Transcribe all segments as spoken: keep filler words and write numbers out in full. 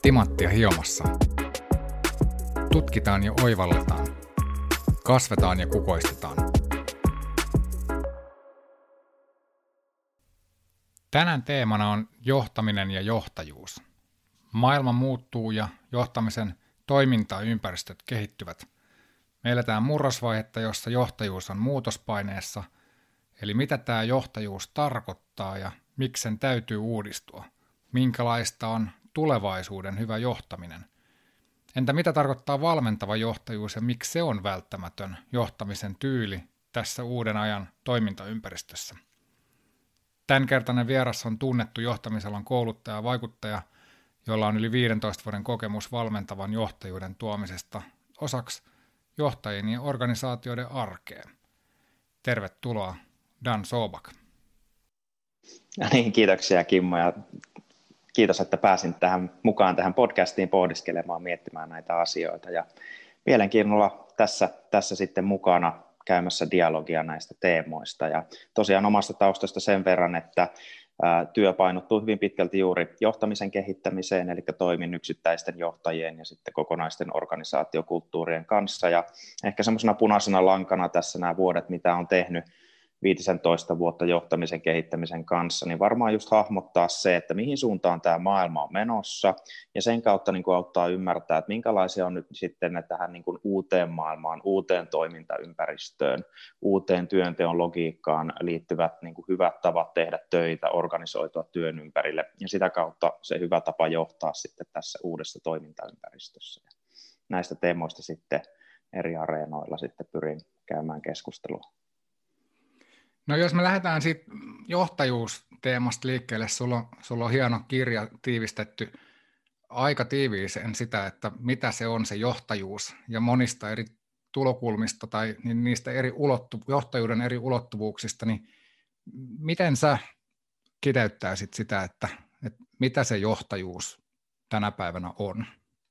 Timanttia hiomassa. Tutkitaan ja oivalletaan. Kasvetaan ja kukoistetaan. Tänään teemana on johtaminen ja johtajuus. Maailma muuttuu ja johtamisen toimintaympäristöt kehittyvät. Me eletään murrosvaihetta, jossa johtajuus on muutospaineessa, eli mitä tämä johtajuus tarkoittaa ja miksi sen täytyy uudistua. Minkälaista on tulevaisuuden hyvä johtaminen? Entä mitä tarkoittaa valmentava johtajuus ja miksi se on välttämätön johtamisen tyyli tässä uuden ajan toimintaympäristössä? Tämänkertainen vieras on tunnettu johtamisalan kouluttaja ja vaikuttaja, jolla on yli viidentoista vuoden kokemus valmentavan johtajuuden tuomisesta osaksi johtajien ja organisaatioiden arkeen. Tervetuloa, Dan Sobak. No niin, kiitoksia Kimmo ja kiitos, että pääsin tähän, mukaan tähän podcastiin pohdiskelemaan, miettimään näitä asioita ja mielenkiinnolla tässä, tässä sitten mukana käymässä dialogia näistä teemoista ja tosiaan omasta taustasta sen verran, että ää, työ painottuu hyvin pitkälti juuri johtamisen kehittämiseen, eli toimin yksittäisten johtajien ja sitten kokonaisten organisaatiokulttuurien kanssa ja ehkä semmoisena punaisena lankana tässä nämä vuodet, mitä on tehnyt viisitoista vuotta johtamisen kehittämisen kanssa, niin varmaan just hahmottaa se, että mihin suuntaan tämä maailma on menossa, ja sen kautta niin kuin auttaa ymmärtää, että minkälaisia on nyt sitten tähän niin kuin uuteen maailmaan, uuteen toimintaympäristöön, uuteen työnteon logiikkaan liittyvät niin kuin hyvät tavat tehdä töitä, organisoitua työn ympärille, ja sitä kautta se hyvä tapa johtaa sitten tässä uudessa toimintaympäristössä. Näistä teemoista sitten eri areenoilla sitten pyrin käymään keskustelua. No jos me lähdetään siitä johtajuusteemasta liikkeelle, sulla on, sulla on hieno kirja tiivistetty aika tiiviiseen sitä, että mitä se on se johtajuus ja monista eri tulokulmista tai niistä eri ulottu, johtajuuden eri ulottuvuuksista, niin miten sä kiteyttäisit sitä, että, että mitä se johtajuus tänä päivänä on?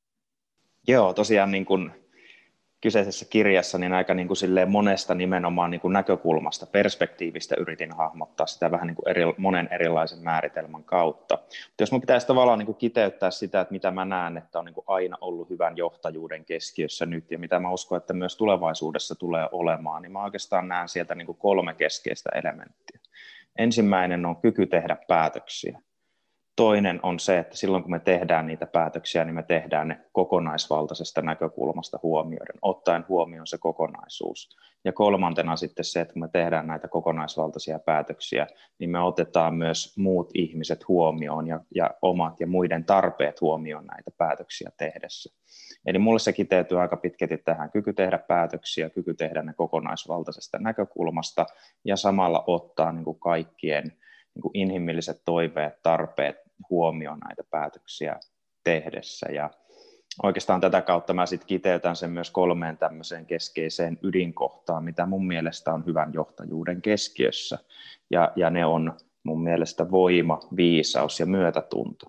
Joo, tosiaan niin kuin kyseisessä kirjassa niin aika niin kuin silleen monesta nimenomaan niin kuin näkökulmasta, perspektiivistä yritin hahmottaa sitä vähän niin kuin eri, monen erilaisen määritelmän kautta. Mutta jos minun pitäisi tavallaan niin kuin kiteyttää sitä, että mitä mä näen, että on niin kuin aina ollut hyvän johtajuuden keskiössä nyt ja mitä mä uskon, että myös tulevaisuudessa tulee olemaan, niin mä oikeastaan näen sieltä niin kuin kolme keskeistä elementtiä. Ensimmäinen on kyky tehdä päätöksiä. Toinen on se, että silloin kun me tehdään niitä päätöksiä, niin me tehdään ne kokonaisvaltaisesta näkökulmasta huomioiden, ottaen huomioon se kokonaisuus. Ja kolmantena sitten se, että kun me tehdään näitä kokonaisvaltaisia päätöksiä, niin me otetaan myös muut ihmiset huomioon ja, ja omat ja muiden tarpeet huomioon näitä päätöksiä tehdessä. Eli mulle se kiteytyy aika pitkälti tähän kyky tehdä päätöksiä, kyky tehdä ne kokonaisvaltaisesta näkökulmasta ja samalla ottaa niin kuin kaikkien niin kuin inhimilliset toiveet, tarpeet huomioon näitä päätöksiä tehdessä. Ja oikeastaan tätä kautta mä sitten kiteytän sen myös kolmeen tämmöiseen keskeiseen ydinkohtaan, mitä mun mielestä on hyvän johtajuuden keskiössä. Ja, ja ne on mun mielestä voima, viisaus ja myötätunto.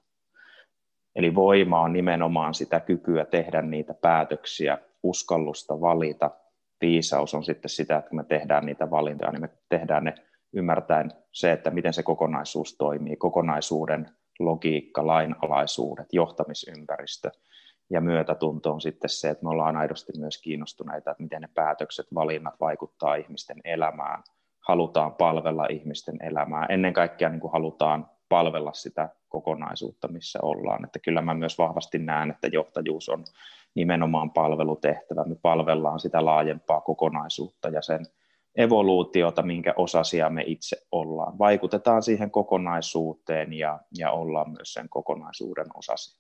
Eli voima on nimenomaan sitä kykyä tehdä niitä päätöksiä, uskallusta valita. Viisaus on sitten sitä, että kun me tehdään niitä valintoja, niin me tehdään ne ymmärtäen se, että miten se kokonaisuus toimii, kokonaisuuden logiikka, lainalaisuudet, johtamisympäristö ja myötätunto on sitten se, että me ollaan aidosti myös kiinnostuneita, että miten ne päätökset, valinnat vaikuttaa ihmisten elämään, halutaan palvella ihmisten elämää, ennen kaikkea niin kuin halutaan palvella sitä kokonaisuutta, missä ollaan, että kyllä mä myös vahvasti näen, että johtajuus on nimenomaan palvelutehtävä, me palvellaan sitä laajempaa kokonaisuutta ja sen evoluutiota, minkä osasia me itse ollaan. Vaikutetaan siihen kokonaisuuteen ja, ja ollaan myös sen kokonaisuuden osasia.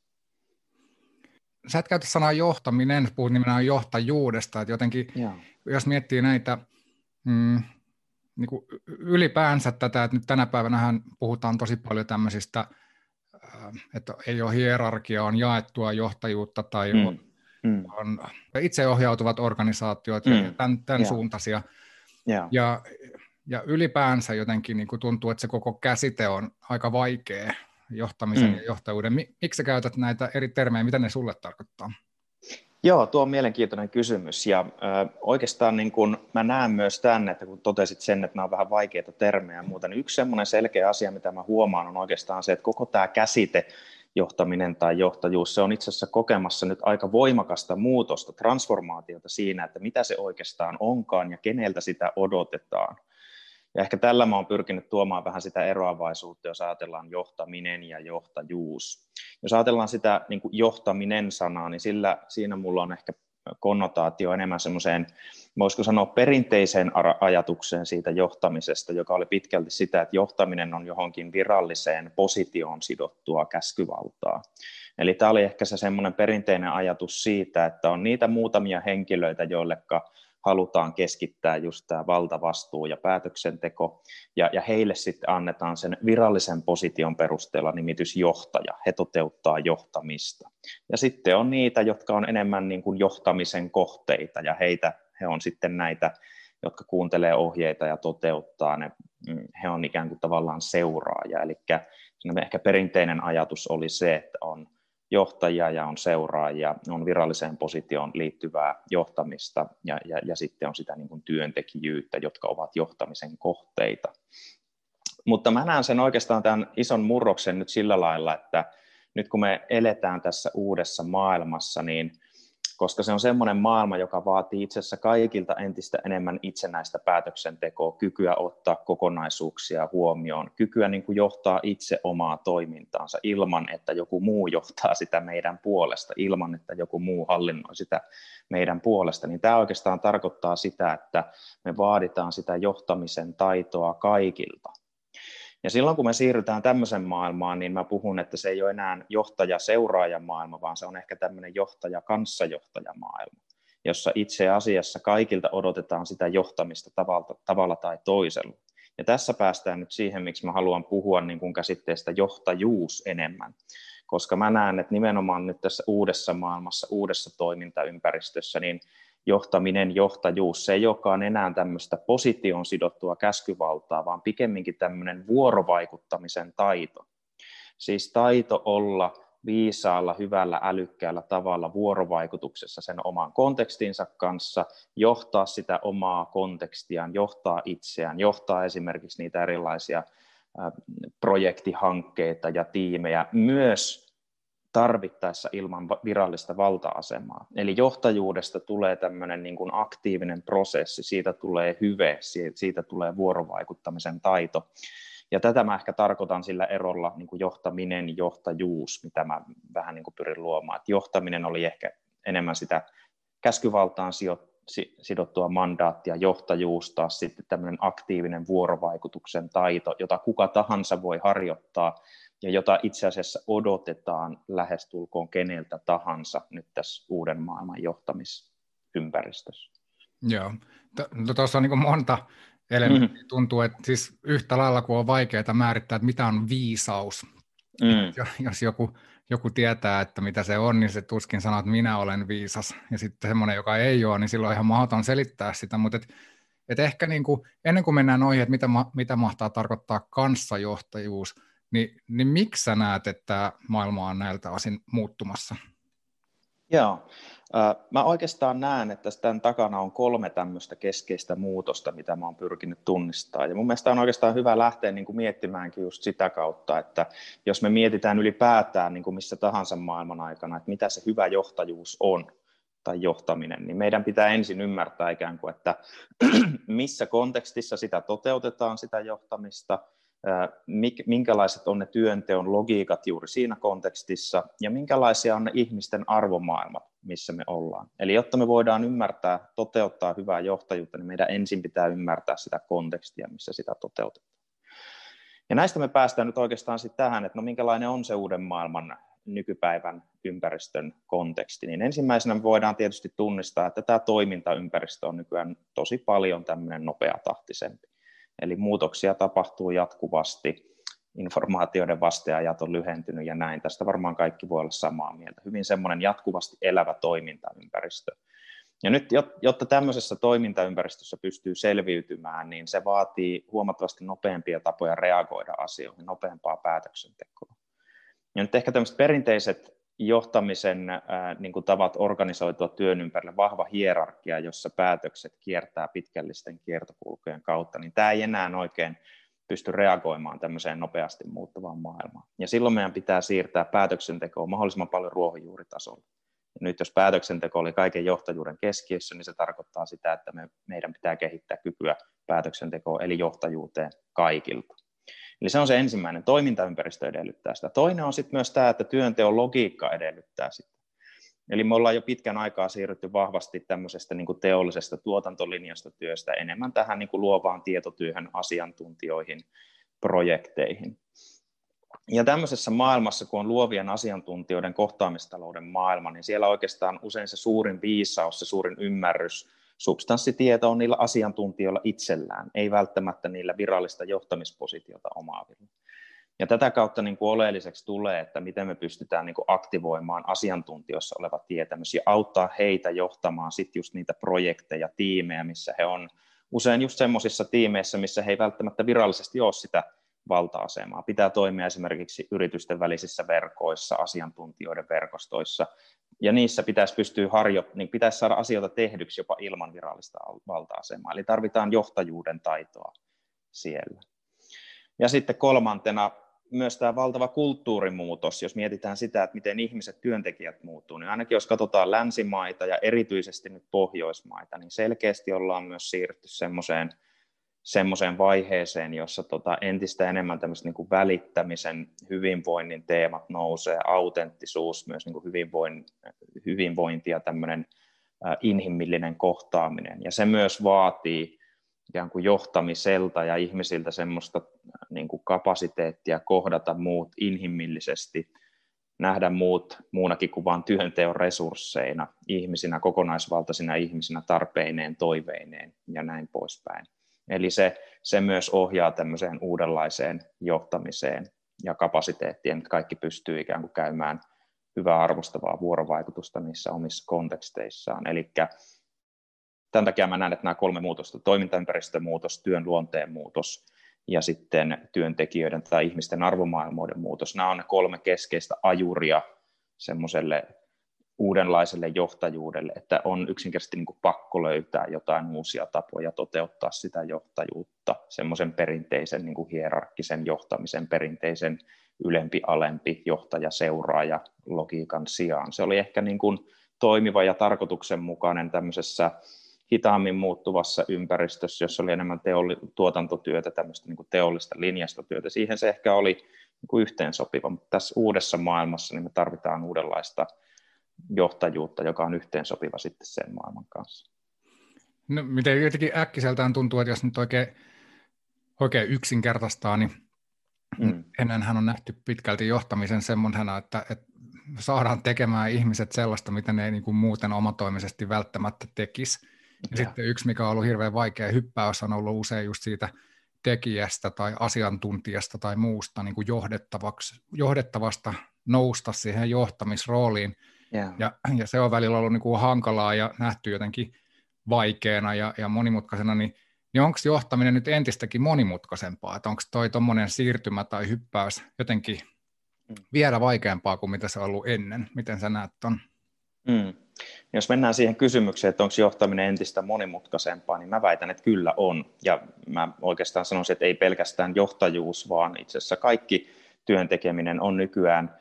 Sä et käytä sanaa johtaminen, puhut nimenomaan johtajuudesta, että jotenkin Joo. jos miettii näitä mm, niin kuin ylipäänsä tätä, että nyt tänä päivänähän puhutaan tosi paljon tämmöisistä, että ei ole hierarkia, on jaettua johtajuutta tai mm. on, mm. on itseohjautuvat organisaatiot mm. ja tämän, tämän suuntaisia. Yeah. Ja, ja ylipäänsä jotenkin niin kuin tuntuu, että se koko käsite on aika vaikea johtamisen mm. ja johtajuuden. Miksi sä käytät näitä eri termejä, mitä ne sulle tarkoittaa? Joo, tuo on mielenkiintoinen kysymys ja äh, oikeastaan niin kun mä näen myös tämän, että kun totesit sen, että nämä on vähän vaikeita termejä ja muuta, niin yksi semmoinen selkeä asia, mitä mä huomaan on oikeastaan se, että koko tämä käsite johtaminen tai johtajuus, se on itse asiassa kokemassa nyt aika voimakasta muutosta, transformaatiota siinä, että mitä se oikeastaan onkaan ja keneltä sitä odotetaan. Ja ehkä tällä mä oon pyrkinyt tuomaan vähän sitä eroavaisuutta, jos ajatellaan johtaminen ja johtajuus. Jos ajatellaan sitä niin kuin johtaminen-sanaa, niin sillä, siinä mulla on ehkä konnotaatio enemmän semmoiseen, voisiko sanoa perinteiseen ajatukseen siitä johtamisesta, joka oli pitkälti sitä, että johtaminen on johonkin viralliseen positioon sidottua käskyvaltaa. Eli tämä oli ehkä se semmoinen perinteinen ajatus siitä, että on niitä muutamia henkilöitä, joilleka halutaan keskittää just tämä valtavastuu ja päätöksenteko, ja, ja heille sitten annetaan sen virallisen position perusteella nimitys johtaja, he toteuttaa johtamista. Ja sitten on niitä, jotka on enemmän niin kuin johtamisen kohteita, ja heitä, he on sitten näitä, jotka kuuntelee ohjeita ja toteuttaa ne, he on ikään kuin tavallaan seuraaja, eli ehkä perinteinen ajatus oli se, että on johtajia ja on seuraajia, on viralliseen positioon liittyvää johtamista ja, ja, ja sitten on sitä niin kuin työntekijyyttä, jotka ovat johtamisen kohteita. Mutta mä näen sen oikeastaan tämän ison murroksen nyt sillä lailla, että nyt kun me eletään tässä uudessa maailmassa, niin koska se on semmoinen maailma, joka vaatii itse asiassa kaikilta entistä enemmän itsenäistä päätöksentekoa, kykyä ottaa kokonaisuuksia huomioon, kykyä niin kuin johtaa itse omaa toimintaansa ilman, että joku muu johtaa sitä meidän puolesta, ilman, että joku muu hallinnoi sitä meidän puolesta, niin tämä oikeastaan tarkoittaa sitä, että me vaaditaan sitä johtamisen taitoa kaikilta. Ja silloin kun me siirrytään tämmöisen maailmaan, niin mä puhun, että se ei ole enää johtaja-seuraaja-maailma, vaan se on ehkä tämmöinen johtaja-kanssajohtaja-maailma, jossa itse asiassa kaikilta odotetaan sitä johtamista tavalla, tavalla tai toisella. Ja tässä päästään nyt siihen, miksi mä haluan puhua niin kuin käsitteestä johtajuus enemmän, koska mä näen, että nimenomaan nyt tässä uudessa maailmassa, uudessa toimintaympäristössä, niin johtaminen, johtajuus, se ei olekaan enää tämmöistä positioon sidottua käskyvaltaa, vaan pikemminkin tämmöinen vuorovaikuttamisen taito. Siis taito olla viisaalla, hyvällä, älykkäällä tavalla vuorovaikutuksessa sen oman kontekstinsa kanssa, johtaa sitä omaa kontekstiaan, johtaa itseään, johtaa esimerkiksi niitä erilaisia projektihankkeita ja tiimejä myös tarvittaessa ilman virallista valta-asemaa. Eli johtajuudesta tulee tämmöinen niin kuin aktiivinen prosessi, siitä tulee hyve, siitä tulee vuorovaikuttamisen taito. Ja tätä mä ehkä tarkoitan sillä erolla niin kuin johtaminen, johtajuus, mitä mä vähän niin kuin pyrin luomaan. Että johtaminen oli ehkä enemmän sitä käskyvaltaan sidottua mandaattia, johtajuus taas sitten tämmöinen aktiivinen vuorovaikutuksen taito, jota kuka tahansa voi harjoittaa, ja jota itse asiassa odotetaan lähestulkoon keneltä tahansa nyt tässä uuden maailman johtamisympäristössä. Joo, tuossa on niin kuin monta elementtiä. Mm-hmm. Tuntuu, että siis yhtä lailla kuin on vaikeaa määrittää, että mitä on viisaus. Mm. Jos joku, joku tietää, että mitä se on, niin se tuskin sanoo, että minä olen viisas. Ja sitten semmoinen, joka ei ole, niin silloin on ihan mahdoton selittää sitä. Mutta et, et ehkä niin kuin, ennen kuin mennään noihin, että mitä, mitä mahtaa tarkoittaa kanssajohtajuus, Niin, niin miksi sä näet, että maailma on näiltä osin muuttumassa? Joo, mä oikeastaan näen, että tämän takana on kolme tämmöistä keskeistä muutosta, mitä mä oon pyrkinyt tunnistamaan. Ja mun mielestä on oikeastaan hyvä lähteä niin kuin miettimäänkin just sitä kautta, että jos me mietitään ylipäätään niin kuin missä tahansa maailman aikana, että mitä se hyvä johtajuus on tai johtaminen, niin meidän pitää ensin ymmärtää ikään kuin, että missä kontekstissa sitä toteutetaan, sitä johtamista, minkälaiset on ne työnteon logiikat juuri siinä kontekstissa ja minkälaisia on ne ihmisten arvomaailmat, missä me ollaan. Eli jotta me voidaan ymmärtää, toteuttaa hyvää johtajuutta, niin meidän ensin pitää ymmärtää sitä kontekstia, missä sitä toteutetaan. Ja näistä me päästään nyt oikeastaan sitten tähän, että no minkälainen on se uuden maailman nykypäivän ympäristön konteksti. Niin ensimmäisenä me voidaan tietysti tunnistaa, että tämä toimintaympäristö on nykyään tosi paljon tämmöinen nopeatahtisempi. Eli muutoksia tapahtuu jatkuvasti, informaatioiden vasteajat on lyhentynyt ja näin. Tästä varmaan kaikki voi olla samaa mieltä. Hyvin semmoinen jatkuvasti elävä toimintaympäristö. Ja nyt, jotta tämmöisessä toimintaympäristössä pystyy selviytymään, niin se vaatii huomattavasti nopeampia tapoja reagoida asioihin, nopeampaa päätöksentekoa. Ja nyt ehkä tämmöiset perinteiset johtamisen ää, niin kuin tavat organisoitua työn ympärille, vahva hierarkia, jossa päätökset kiertää pitkällisten kiertokulkujen kautta, niin tämä ei enää oikein pysty reagoimaan tämmöiseen nopeasti muuttuvaan maailmaan. Ja silloin meidän pitää siirtää päätöksentekoa mahdollisimman paljon ruohonjuuritasolla. Ja nyt jos päätöksenteko oli kaiken johtajuuden keskiössä, niin se tarkoittaa sitä, että me, meidän pitää kehittää kykyä päätöksentekoon eli johtajuuteen kaikilta. Eli se on se ensimmäinen, toimintaympäristö edellyttää sitä. Toinen on sitten myös tämä, että työnteon logiikka edellyttää sitä. Eli me ollaan jo pitkän aikaa siirrytty vahvasti tämmöisestä niin kuin teollisesta tuotantolinjasta työstä enemmän tähän niin kuin luovaan tietotyöhön, asiantuntijoihin, projekteihin. Ja tämmöisessä maailmassa, kun on luovien asiantuntijoiden kohtaamistalouden maailma, niin siellä oikeastaan usein se suurin viisaus, se suurin ymmärrys, substanssitieto on niillä asiantuntijoilla itsellään, ei välttämättä niillä virallista johtamispositiota omaavilla. Ja tätä kautta niin kuin oleelliseksi tulee, että miten me pystytään niin kuin aktivoimaan asiantuntijoissa oleva tietämys ja auttaa heitä johtamaan sit just niitä projekteja, tiimejä, missä he on usein just semmoisissa tiimeissä, missä he ei välttämättä virallisesti ole sitä valta-asemaa. Pitää toimia esimerkiksi yritysten välisissä verkoissa, asiantuntijoiden verkostoissa, ja niissä pitäisi pystyä harjo- niin pitäisi saada asioita tehdyksi jopa ilman virallista valta-asemaa. Eli tarvitaan johtajuuden taitoa siellä. Ja sitten kolmantena myös tämä valtava kulttuurimuutos, jos mietitään sitä, että miten ihmiset, työntekijät muuttuu, niin ainakin jos katsotaan länsimaita ja erityisesti nyt Pohjoismaita, niin selkeästi ollaan myös siirrytty semmoiseen semmoiseen vaiheeseen, jossa tota entistä enemmän tämmöiset niin kuin välittämisen, hyvinvoinnin teemat nousee, autenttisuus, myös niin kuin hyvinvoin, hyvinvointi ja tämmöinen äh, inhimillinen kohtaaminen. Ja se myös vaatii ikään kuin johtamiselta ja ihmisiltä semmoista äh, niin kuin kapasiteettia kohdata muut inhimillisesti, nähdä muut muunakin kuin vain työnteon resursseina, ihmisinä, kokonaisvaltaisina ihmisinä, tarpeineen, toiveineen ja näin poispäin. Eli se, se myös ohjaa tämmöiseen uudenlaiseen johtamiseen ja kapasiteettiin, että kaikki pystyy ikään kuin käymään hyvää arvostavaa vuorovaikutusta niissä omissa konteksteissaan. Eli tämän takia mä näen, että nämä kolme muutosta, toimintaympäristömuutos, työn luonteen muutos ja sitten työntekijöiden tai ihmisten arvomaailmoiden muutos, nämä on ne kolme keskeistä ajuria semmoiselle uudenlaiselle johtajuudelle, että on yksinkertaisesti niin kuin pakko löytää jotain uusia tapoja toteuttaa sitä johtajuutta, semmoisen perinteisen niin kuin hierarkkisen johtamisen, perinteisen ylempi-alempi johtaja-seuraaja logiikan sijaan. Se oli ehkä niin kuin toimiva ja tarkoituksenmukainen tämmöisessä hitaammin muuttuvassa ympäristössä, jossa oli enemmän teolli- tuotantotyötä, tämmöistä niin kuin teollista linjastotyötä. Siihen se ehkä oli niin kuin yhteensopiva, mutta tässä uudessa maailmassa niin me tarvitaan uudenlaista johtajuutta, joka on yhteensopiva sitten sen maailman kanssa. No, miten jotenkin äkkiseltään tuntuu, että jos nyt oikein, oikein yksinkertaistaa, niin mm. ennenhän on nähty pitkälti johtamisen semmoisena, että, että saadaan tekemään ihmiset sellaista, mitä ne ei niin kuin muuten omatoimisesti välttämättä tekisi. Ja, ja sitten yksi, mikä on ollut hirveän vaikea hyppäys, on ollut usein just siitä tekijästä tai asiantuntijasta tai muusta niin kuin johdettavaksi, johdettavasta nousta siihen johtamisrooliin. Yeah. Ja, ja se on välillä ollut niin kuin hankalaa ja nähty jotenkin vaikeana ja, ja monimutkaisena, niin, niin onko johtaminen nyt entistäkin monimutkaisempaa? Että onko toi tuommoinen siirtymä tai hyppäys jotenkin vielä vaikeampaa kuin mitä se on ollut ennen? Miten sä näet ton? Mm. Jos mennään siihen kysymykseen, että onko johtaminen entistä monimutkaisempaa, niin mä väitän, että kyllä on. Ja mä oikeastaan sanoisin, että ei pelkästään johtajuus, vaan itse asiassa kaikki työn tekeminen on nykyään,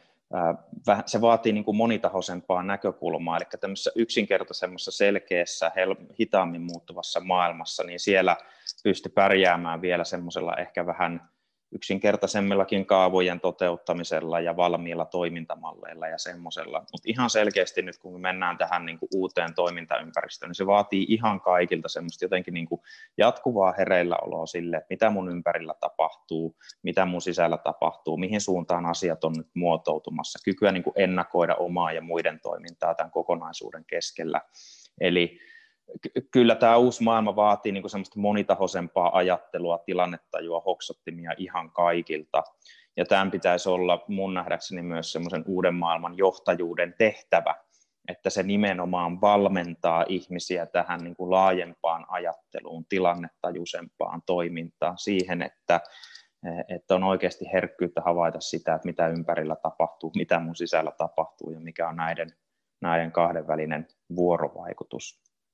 se vaatii niin kuin monitahoisempaa näkökulmaa, eli tämmöisessä yksinkertaisemmassa, selkeässä, hitaammin muuttuvassa maailmassa, niin siellä pystyy pärjäämään vielä semmoisella ehkä vähän yksinkertaisemmillakin kaavojen toteuttamisella ja valmiilla toimintamalleilla ja semmoisella. Mutta ihan selkeästi nyt, kun me mennään tähän niin kuin uuteen toimintaympäristöön, niin se vaatii ihan kaikilta semmoista jotenkin niin kuin jatkuvaa hereilläoloa sille, että mitä mun ympärillä tapahtuu, mitä mun sisällä tapahtuu, mihin suuntaan asiat on nyt muotoutumassa, kykyä niin kuin ennakoida omaa ja muiden toimintaa tämän kokonaisuuden keskellä. Eli kyllä tämä uusi maailma vaatii niin kuin semmoista monitahoisempaa ajattelua, tilannetajua, hoksottimia ihan kaikilta. Ja tämän pitäisi olla mun nähdäkseni myös semmoisen uuden maailman johtajuuden tehtävä, että se nimenomaan valmentaa ihmisiä tähän niin kuin laajempaan ajatteluun, tilannetajuisempaan toimintaan, siihen, että, että on oikeasti herkkyyttä havaita sitä, että mitä ympärillä tapahtuu, mitä mun sisällä tapahtuu ja mikä on näiden, näiden kahden välinen vuorovaikutus.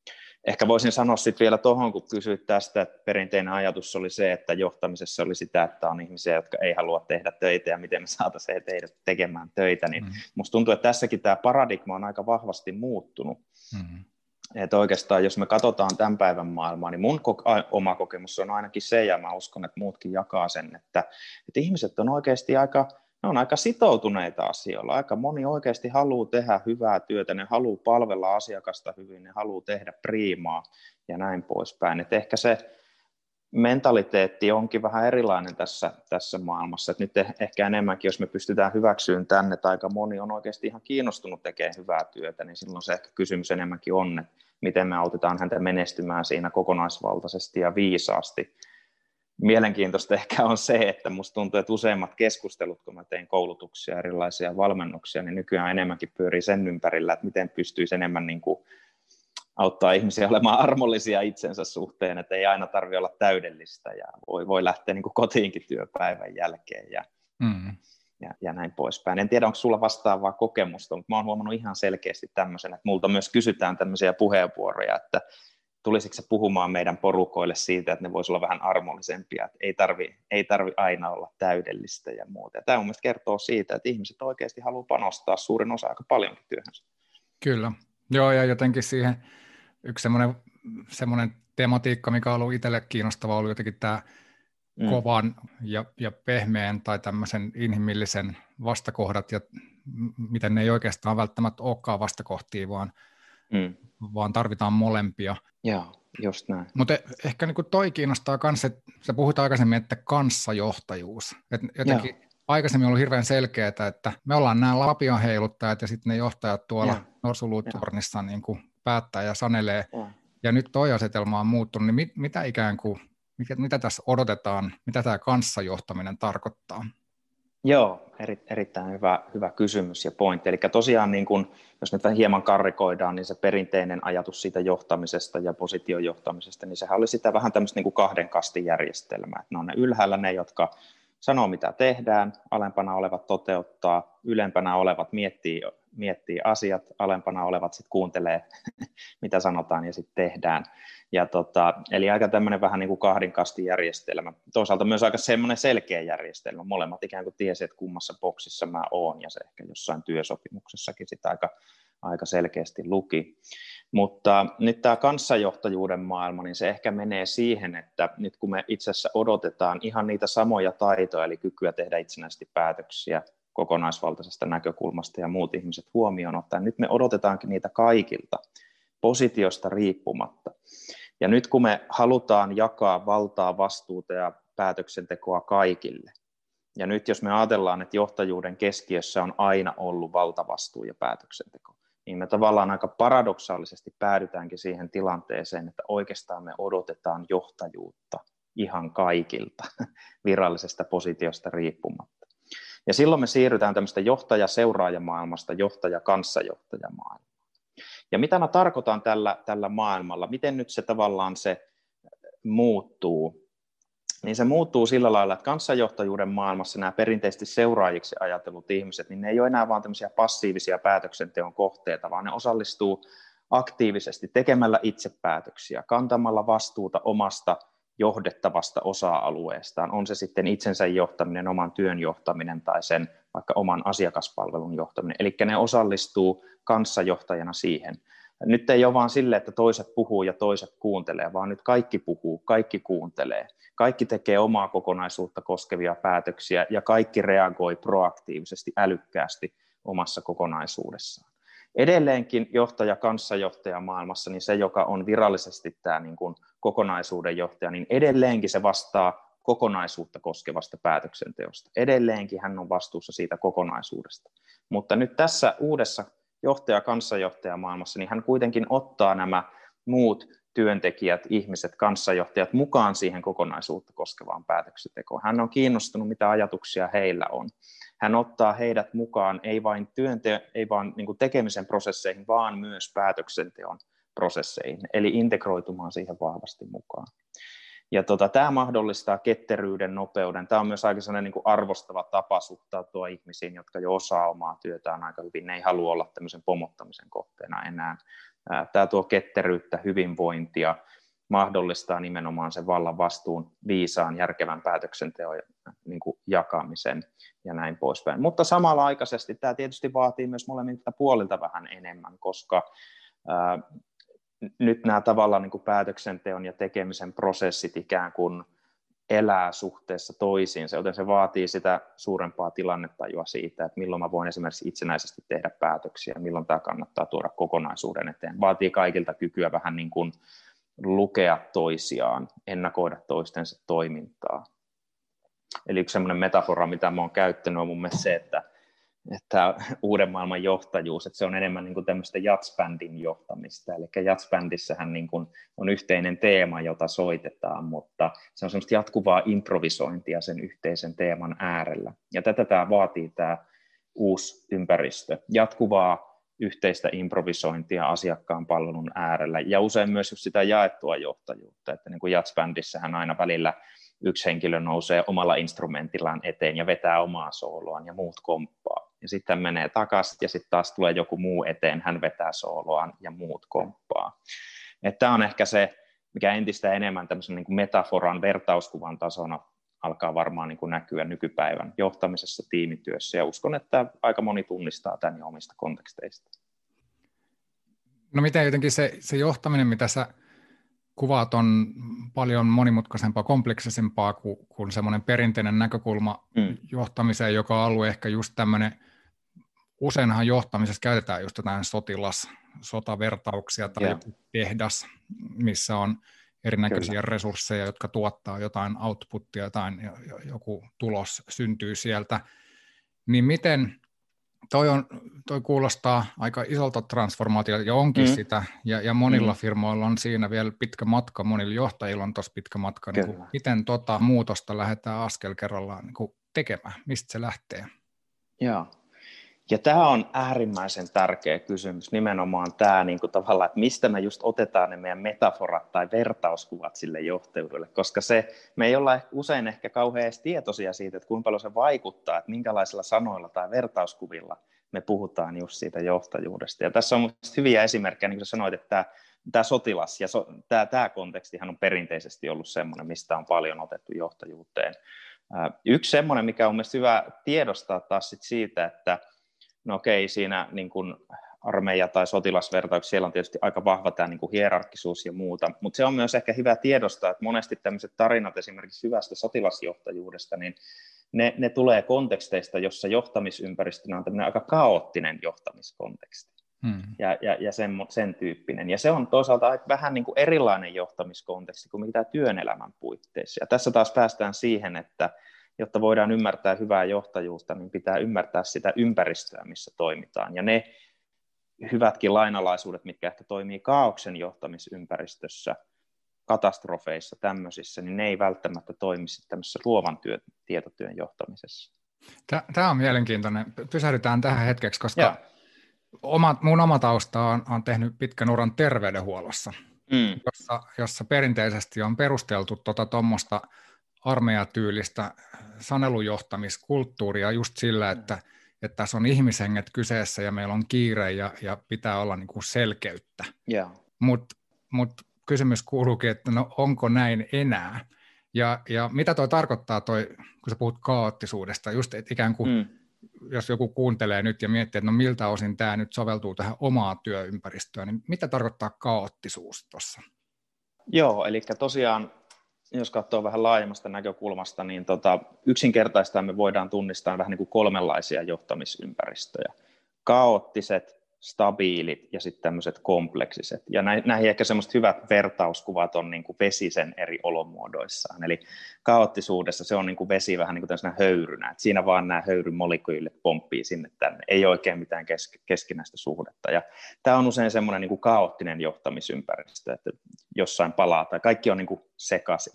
Ehkä voisin sanoa sitten vielä tuohon, kun kysyit tästä, että perinteinen ajatus oli se, että johtamisessa oli sitä, että on ihmisiä, jotka ei halua tehdä töitä ja miten me saataisiin heidät tekemään töitä, niin mm-hmm. musta tuntuu, että tässäkin tämä paradigma on aika vahvasti muuttunut. Mm-hmm. Että oikeastaan jos me katsotaan tämän päivän maailmaa, niin mun ko- oma kokemus on ainakin se, ja mä uskon, että muutkin jakaa sen, että, että ihmiset on oikeasti aika, ne on aika sitoutuneita asioilla. Aika moni oikeasti haluaa tehdä hyvää työtä, ne haluaa palvella asiakasta hyvin, ne haluaa tehdä priimaa ja näin poispäin. Että ehkä se mentaliteetti onkin vähän erilainen tässä, tässä maailmassa. Että nyt ehkä enemmänkin, jos me pystytään hyväksyyn tänne, että aika moni on oikeasti ihan kiinnostunut tekemään hyvää työtä, niin silloin se ehkä kysymys enemmänkin on, että miten me autetaan häntä menestymään siinä kokonaisvaltaisesti ja viisaasti. Mielenkiintoista ehkä on se, että musta tuntuu, että useimmat keskustelut, kun mä tein koulutuksia, erilaisia valmennuksia, niin nykyään enemmänkin pyörii sen ympärillä, että miten pystyisi enemmän niin kuin auttaa ihmisiä olemaan armollisia itsensä suhteen, että ei aina tarvitse olla täydellistä ja voi, voi lähteä niin kuin kotiinkin työpäivän jälkeen ja, mm. ja, ja näin poispäin. En tiedä, onko sulla vastaavaa kokemusta, mutta mä oon huomannut ihan selkeästi tämmöisen, että multa myös kysytään tämmöisiä puheenvuoroja, että tulisiko se puhumaan meidän porukoille siitä, että ne voisi olla vähän armollisempia, että ei tarvi, ei tarvi aina olla täydellistä ja muuta. Ja tämä mun mielestä kertoo siitä, että ihmiset oikeasti haluaa panostaa suurin osa aika paljonkin työhönsä. Kyllä, joo, ja jotenkin siihen yksi semmoinen, semmoinen tematiikka, mikä on ollut itselle kiinnostava, oli jotenkin tämä mm. kovan ja, ja pehmeän tai tämmöisen inhimillisen vastakohdat, ja miten ne ei oikeastaan välttämättä olekaan vastakohtia, vaan, mm. vaan tarvitaan molempia. Joo, just näin. Mutta ehkä niin kuin toi kiinnostaa myös, että sä puhuit aikaisemmin, että kanssajohtajuus. Et jotenkin Joo. aikaisemmin on ollut hirveän selkeää, että me ollaan nämä lapion heiluttajat ja sitten ne johtajat tuolla norsulutornissa niin kuin päättää ja sanelee. Ja. ja nyt toi asetelma on muuttunut, niin mit, mitä ikään kuin, mitä, mitä tässä odotetaan, mitä tämä kanssajohtaminen tarkoittaa? Joo, eri, erittäin hyvä, hyvä kysymys ja pointti. Eli tosiaan, niin kun, jos nyt hieman karrikoidaan, niin se perinteinen ajatus siitä johtamisesta ja positiojohtamisesta, niin sehän oli sitä vähän tämmöistä niin kuin kahden kastin järjestelmää. Ne on ne ylhäällä ne, jotka sanoo mitä tehdään, alempana olevat toteuttaa, ylempänä olevat miettii, miettii asiat, alempana olevat sitten kuuntelee, mitä sanotaan ja sitten tehdään. Ja tota, eli aika tämmöinen vähän niin kuin kahden kastin järjestelmä. Toisaalta myös aika semmoinen selkeä järjestelmä. Molemmat ikään kuin tiesi, että kummassa boksissa mä oon, ja se ehkä jossain työsopimuksessakin sitä aika, aika selkeästi luki. Mutta nyt tämä kanssajohtajuuden maailma, niin se ehkä menee siihen, että nyt kun me itse asiassa odotetaan ihan niitä samoja taitoja, eli kykyä tehdä itsenäisesti päätöksiä kokonaisvaltaisesta näkökulmasta ja muut ihmiset huomioon ottaen, nyt me odotetaankin niitä kaikilta positiosta riippumatta. Ja nyt kun me halutaan jakaa valtaa, vastuuta ja päätöksentekoa kaikille, ja nyt jos me ajatellaan, että johtajuuden keskiössä on aina ollut valtavastuu ja päätöksenteko, niin me tavallaan aika paradoksaalisesti päädytäänkin siihen tilanteeseen, että oikeastaan me odotetaan johtajuutta ihan kaikilta virallisesta positiosta riippumatta. Ja silloin me siirrytään tämmöistä johtaja-seuraajamaailmasta johtaja-kanssajohtajamaailmaan. Ja mitä mä tarkoitan tällä, tällä maailmalla, miten nyt se tavallaan se muuttuu, niin se muuttuu sillä lailla, että kanssajohtajuuden maailmassa nämä perinteisesti seuraajiksi ajatellut ihmiset, niin ne ei ole enää vaan tämmöisiä passiivisia päätöksenteon kohteita, vaan ne osallistuu aktiivisesti tekemällä itse päätöksiä, kantamalla vastuuta omasta johdettavasta osa-alueestaan, on se sitten itsensä johtaminen, oman työn johtaminen tai sen vaikka oman asiakaspalvelun johtaminen, eli ne osallistuu kanssajohtajana siihen. Nyt ei ole vaan sille, että toiset puhuu ja toiset kuuntelee, vaan nyt kaikki puhuu, kaikki kuuntelee, kaikki tekee omaa kokonaisuutta koskevia päätöksiä ja kaikki reagoi proaktiivisesti, älykkäästi omassa kokonaisuudessaan. Edelleenkin johtaja kanssajohtaja maailmassa, niin se, joka on virallisesti tämä niin kuin kokonaisuuden johtaja, niin edelleenkin se vastaa kokonaisuutta koskevasta päätöksenteosta. Edelleenkin hän on vastuussa siitä kokonaisuudesta. Mutta nyt tässä uudessa johtaja kanssajohtaja maailmassa, niin hän kuitenkin ottaa nämä muut työntekijät, ihmiset, kanssajohtajat mukaan siihen kokonaisuutta koskevaan päätöksentekoon. Hän on kiinnostunut, mitä ajatuksia heillä on. Hän ottaa heidät mukaan ei vain, työnte- ei vain niin kuin tekemisen prosesseihin, vaan myös päätöksenteon prosesseihin, eli integroitumaan siihen vahvasti mukaan. Ja tota, tämä mahdollistaa ketteryyden, nopeuden. Tämä on myös aika sellainen niin kuin arvostava tapa suhtautua ihmisiin, jotka jo osaa omaa työtään aika hyvin. Ne ei halua olla tämmöisen pomottamisen kohteena enää Tämä tuo ketteryyttä, hyvinvointia, mahdollistaa nimenomaan sen vallan vastuun viisaan, järkevän päätöksenteon niin kuin jakamisen ja näin poispäin. Mutta samalla aikaisesti tämä tietysti vaatii myös molemmilta puolilta vähän enemmän, koska ää, nyt nämä tavallaan niin kuin päätöksenteon ja tekemisen prosessit ikään kuin elää suhteessa toisiinsa, joten se vaatii sitä suurempaa tilannetajua siitä, että milloin mä voin esimerkiksi itsenäisesti tehdä päätöksiä, milloin tämä kannattaa tuoda kokonaisuuden eteen. Vaatii kaikilta kykyä vähän niin kuin lukea toisiaan, ennakoida toistensa toimintaa. Eli yksi sellainen metafora, mitä mä oon käyttänyt, on mun mielestä se, että, että uuden maailman johtajuus, että se on enemmän niin kuin tämmöistä jazzbändin johtamista. Eli jazzbändissähän niin kuin on yhteinen teema, jota soitetaan, mutta se on semmoista jatkuvaa improvisointia sen yhteisen teeman äärellä. Ja tätä tämä vaatii tämä uusi ympäristö, jatkuvaa yhteistä improvisointia asiakkaan palvelun äärellä ja usein myös just sitä jaettua johtajuutta, että niin kuin jazzbändissähän aina välillä yksi henkilö nousee omalla instrumentillaan eteen ja vetää omaa sooloaan ja muut komppaa. Ja sitten menee takaisin ja sitten taas tulee joku muu eteen, hän vetää sooloaan ja muut komppaa. Tämä on ehkä se, mikä entistä enemmän tämmöisen niin kuin metaforan, vertauskuvan tasona alkaa varmaan niin kuin näkyä nykypäivän johtamisessa, tiimityössä, ja uskon, että aika moni tunnistaa tämän jo omista konteksteista. No miten jotenkin se, se johtaminen, mitä sä kuvaat, on paljon monimutkaisempaa, kompleksisempaa kuin, kuin semmoinen perinteinen näkökulma mm. johtamiseen, joka on ollut ehkä just tämmöinen, useinhan johtamisessa käytetään just jotain sotilas, sotavertauksia tai yeah. joku tehdas, missä on erinäköisiä Kyllä. resursseja, jotka tuottaa jotain outputtia, jotain, joku tulos syntyy sieltä, niin miten, toi, on, toi kuulostaa aika isolta transformaatiolta, ja onkin mm. sitä, ja, ja monilla mm. firmoilla on siinä vielä pitkä matka, monilla johtajilla on tuossa pitkä matka, niin kuin, miten tota muutosta lähdetään askel kerrallaan niin kuin tekemään, mistä se lähtee? Joo. Ja tämä on äärimmäisen tärkeä kysymys, nimenomaan tämä niin kuin tavallaan, että mistä me just otetaan ne meidän metaforat tai vertauskuvat sille johtajuudelle, koska se, me ei olla usein ehkä kauhean edes tietoisia siitä, että kuinka paljon se vaikuttaa, että minkälaisilla sanoilla tai vertauskuvilla me puhutaan just siitä johtajuudesta. Ja tässä on mielestäni hyviä esimerkkejä, niin kuin sä sanoit, että tämä, tämä sotilas ja so, tämä, tämä kontekstihan on perinteisesti ollut sellainen, mistä on paljon otettu johtajuuteen. Yksi semmoinen, mikä on mielestäni hyvä tiedostaa taas sit siitä, että no okei, siinä niin kuin armeija- tai sotilasvertauksessa siellä on tietysti aika vahva tämä niin kuin hierarkkisuus ja muuta, mutta se on myös ehkä hyvä tiedostaa, että monesti tämmöiset tarinat esimerkiksi hyvästä sotilasjohtajuudesta, niin ne, ne tulee konteksteista, jossa johtamisympäristönä on tämmöinen aika kaoottinen johtamiskonteksti hmm. ja, ja, ja sen, sen tyyppinen. Ja se on toisaalta aika vähän niin kuin erilainen johtamiskonteksti kuin mitä työn elämän puitteissa. Ja tässä taas päästään siihen, että jotta voidaan ymmärtää hyvää johtajuutta, niin pitää ymmärtää sitä ympäristöä, missä toimitaan. Ja ne hyvätkin lainalaisuudet, mitkä ehkä toimii kaaoksen johtamisympäristössä, katastrofeissa, tämmöisissä, niin ne ei välttämättä toimisi tämmöisessä luovan työ, tietotyön johtamisessa. Tämä on mielenkiintoinen. Pysähdytään tähän hetkeksi, koska oma, mun oma tausta on, on tehnyt pitkän uran terveydenhuollossa, mm. jossa, jossa perinteisesti on perusteltu tuota tuommoista armeijatyylistä sanelujohtamiskulttuuria just sillä, että, että tässä on ihmishenget kyseessä ja meillä on kiire ja, ja pitää olla niin kuin selkeyttä. Yeah. Mutta mut kysymys kuuluukin, että no onko näin enää? Ja, ja mitä toi tarkoittaa, toi, kun sä puhut kaoottisuudesta, just että ikään kuin, mm. jos joku kuuntelee nyt ja miettii, että no miltä osin tämä nyt soveltuu tähän omaan työympäristöön, niin mitä tarkoittaa kaoottisuus tuossa? Joo, eli tosiaan jos katsoo vähän laajemmasta näkökulmasta, niin tota, yksinkertaistaan me voidaan tunnistaa vähän niin kuin kolmenlaisia johtamisympäristöjä. Kaoottiset, stabiilit ja sitten tämmöiset kompleksiset. Ja näihin ehkä semmoiset hyvät vertauskuvat on niin kuin vesi sen eri olomuodoissaan. Eli kaoottisuudessa se on niin kuin vesi vähän niin kuin tämmöisenä höyrynä. Et siinä vaan nämä höyryn molekyylit pomppii sinne tänne. Ei oikein mitään kes- keskinäistä suhdetta. Ja tämä on usein semmoinen niin kuin kaoottinen johtamisympäristö, että jossain palaa tai kaikki on niin kuin sekaisin.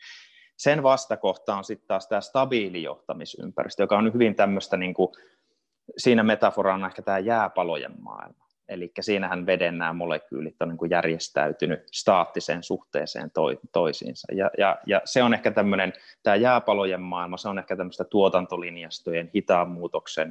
Sen vastakohta on sitten taas tämä stabiili johtamisympäristö, joka on hyvin tämmöistä niin kuin siinä metaforana ehkä tämä jääpalojen maailma. Eli siinähän veden nämä molekyylit on niin kuin järjestäytynyt staattiseen suhteeseen to- toisiinsa. Ja, ja, ja se on ehkä tämmöinen, tämä jääpalojen maailma, se on ehkä tämmöistä tuotantolinjastojen hitaan muutoksen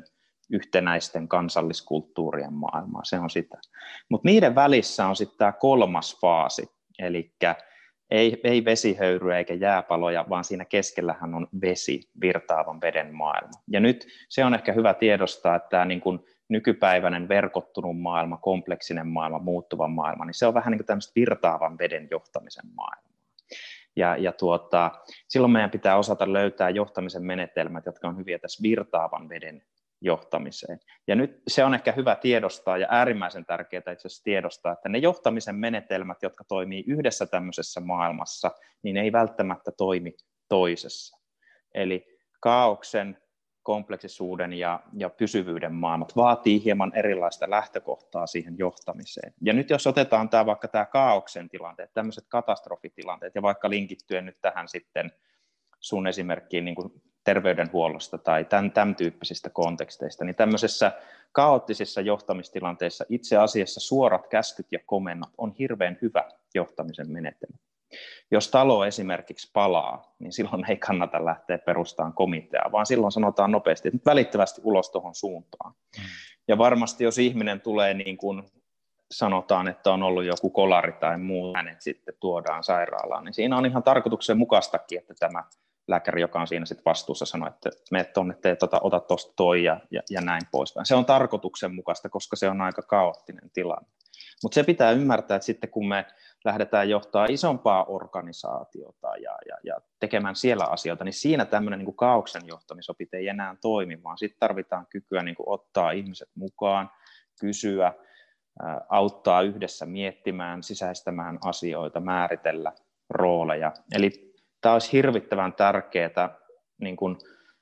yhtenäisten kansalliskulttuurien maailmaa, se on sitä. Mutta niiden välissä on sitten tämä kolmas faasi, eli ei, ei vesihöyryä eikä jääpaloja, vaan siinä keskellähän on vesi, virtaavan veden maailma. Ja nyt se on ehkä hyvä tiedostaa, että tämä niin kuin nykypäiväinen verkottunut maailma, kompleksinen maailma, muuttuva maailma, niin se on vähän niin kuin tämmöistä virtaavan veden johtamisen maailmaa. Ja, ja tuota, silloin meidän pitää osata löytää johtamisen menetelmät, jotka on hyviä tässä virtaavan veden johtamiseen. Ja nyt se on ehkä hyvä tiedostaa ja äärimmäisen tärkeää itse asiassa tiedostaa, että ne johtamisen menetelmät, jotka toimii yhdessä tämmöisessä maailmassa, niin ei välttämättä toimi toisessa. Eli kaaoksen, kompleksisuuden ja, ja pysyvyyden maailmat vaatii hieman erilaista lähtökohtaa siihen johtamiseen. Ja nyt jos otetaan tämä, vaikka tämä kaaoksen tilanteet, tämmöiset katastrofitilanteet, ja vaikka linkittyen nyt tähän sitten sun esimerkkiin niin kuin terveydenhuollosta tai tämän, tämän tyyppisistä konteksteista, niin tämmöisessä kaoottisissa johtamistilanteissa itse asiassa suorat käskyt ja komennot on hirveän hyvä johtamisen menetelmä. Jos talo esimerkiksi palaa, niin silloin ei kannata lähteä perustamaan komiteaa, vaan silloin sanotaan nopeasti, että nyt välittömästi ulos tuohon suuntaan. Mm. Ja varmasti jos ihminen tulee niin kuin sanotaan, että on ollut joku kolari tai muu, hänet sitten tuodaan sairaalaan, niin siinä on ihan tarkoituksenmukaistakin, että tämä lääkäri, joka on siinä sitten vastuussa, sanoo, että mene tuonne, teet, ota, ota tuosta toi ja, ja, ja näin poispäin. Se on tarkoituksenmukaista, koska se on aika kaoottinen tilanne. Mutta se pitää ymmärtää, että sitten kun me lähdetään johtaa isompaa organisaatiota ja, ja, ja tekemään siellä asioita, niin siinä tämmöinen niin kuin kaaoksen johtamisopit ei enää toimi, vaan sitten tarvitaan kykyä niin kuin ottaa ihmiset mukaan, kysyä, ää, auttaa yhdessä miettimään, sisäistämään asioita, määritellä rooleja. Eli tämä olisi hirvittävän tärkeää, niin kuin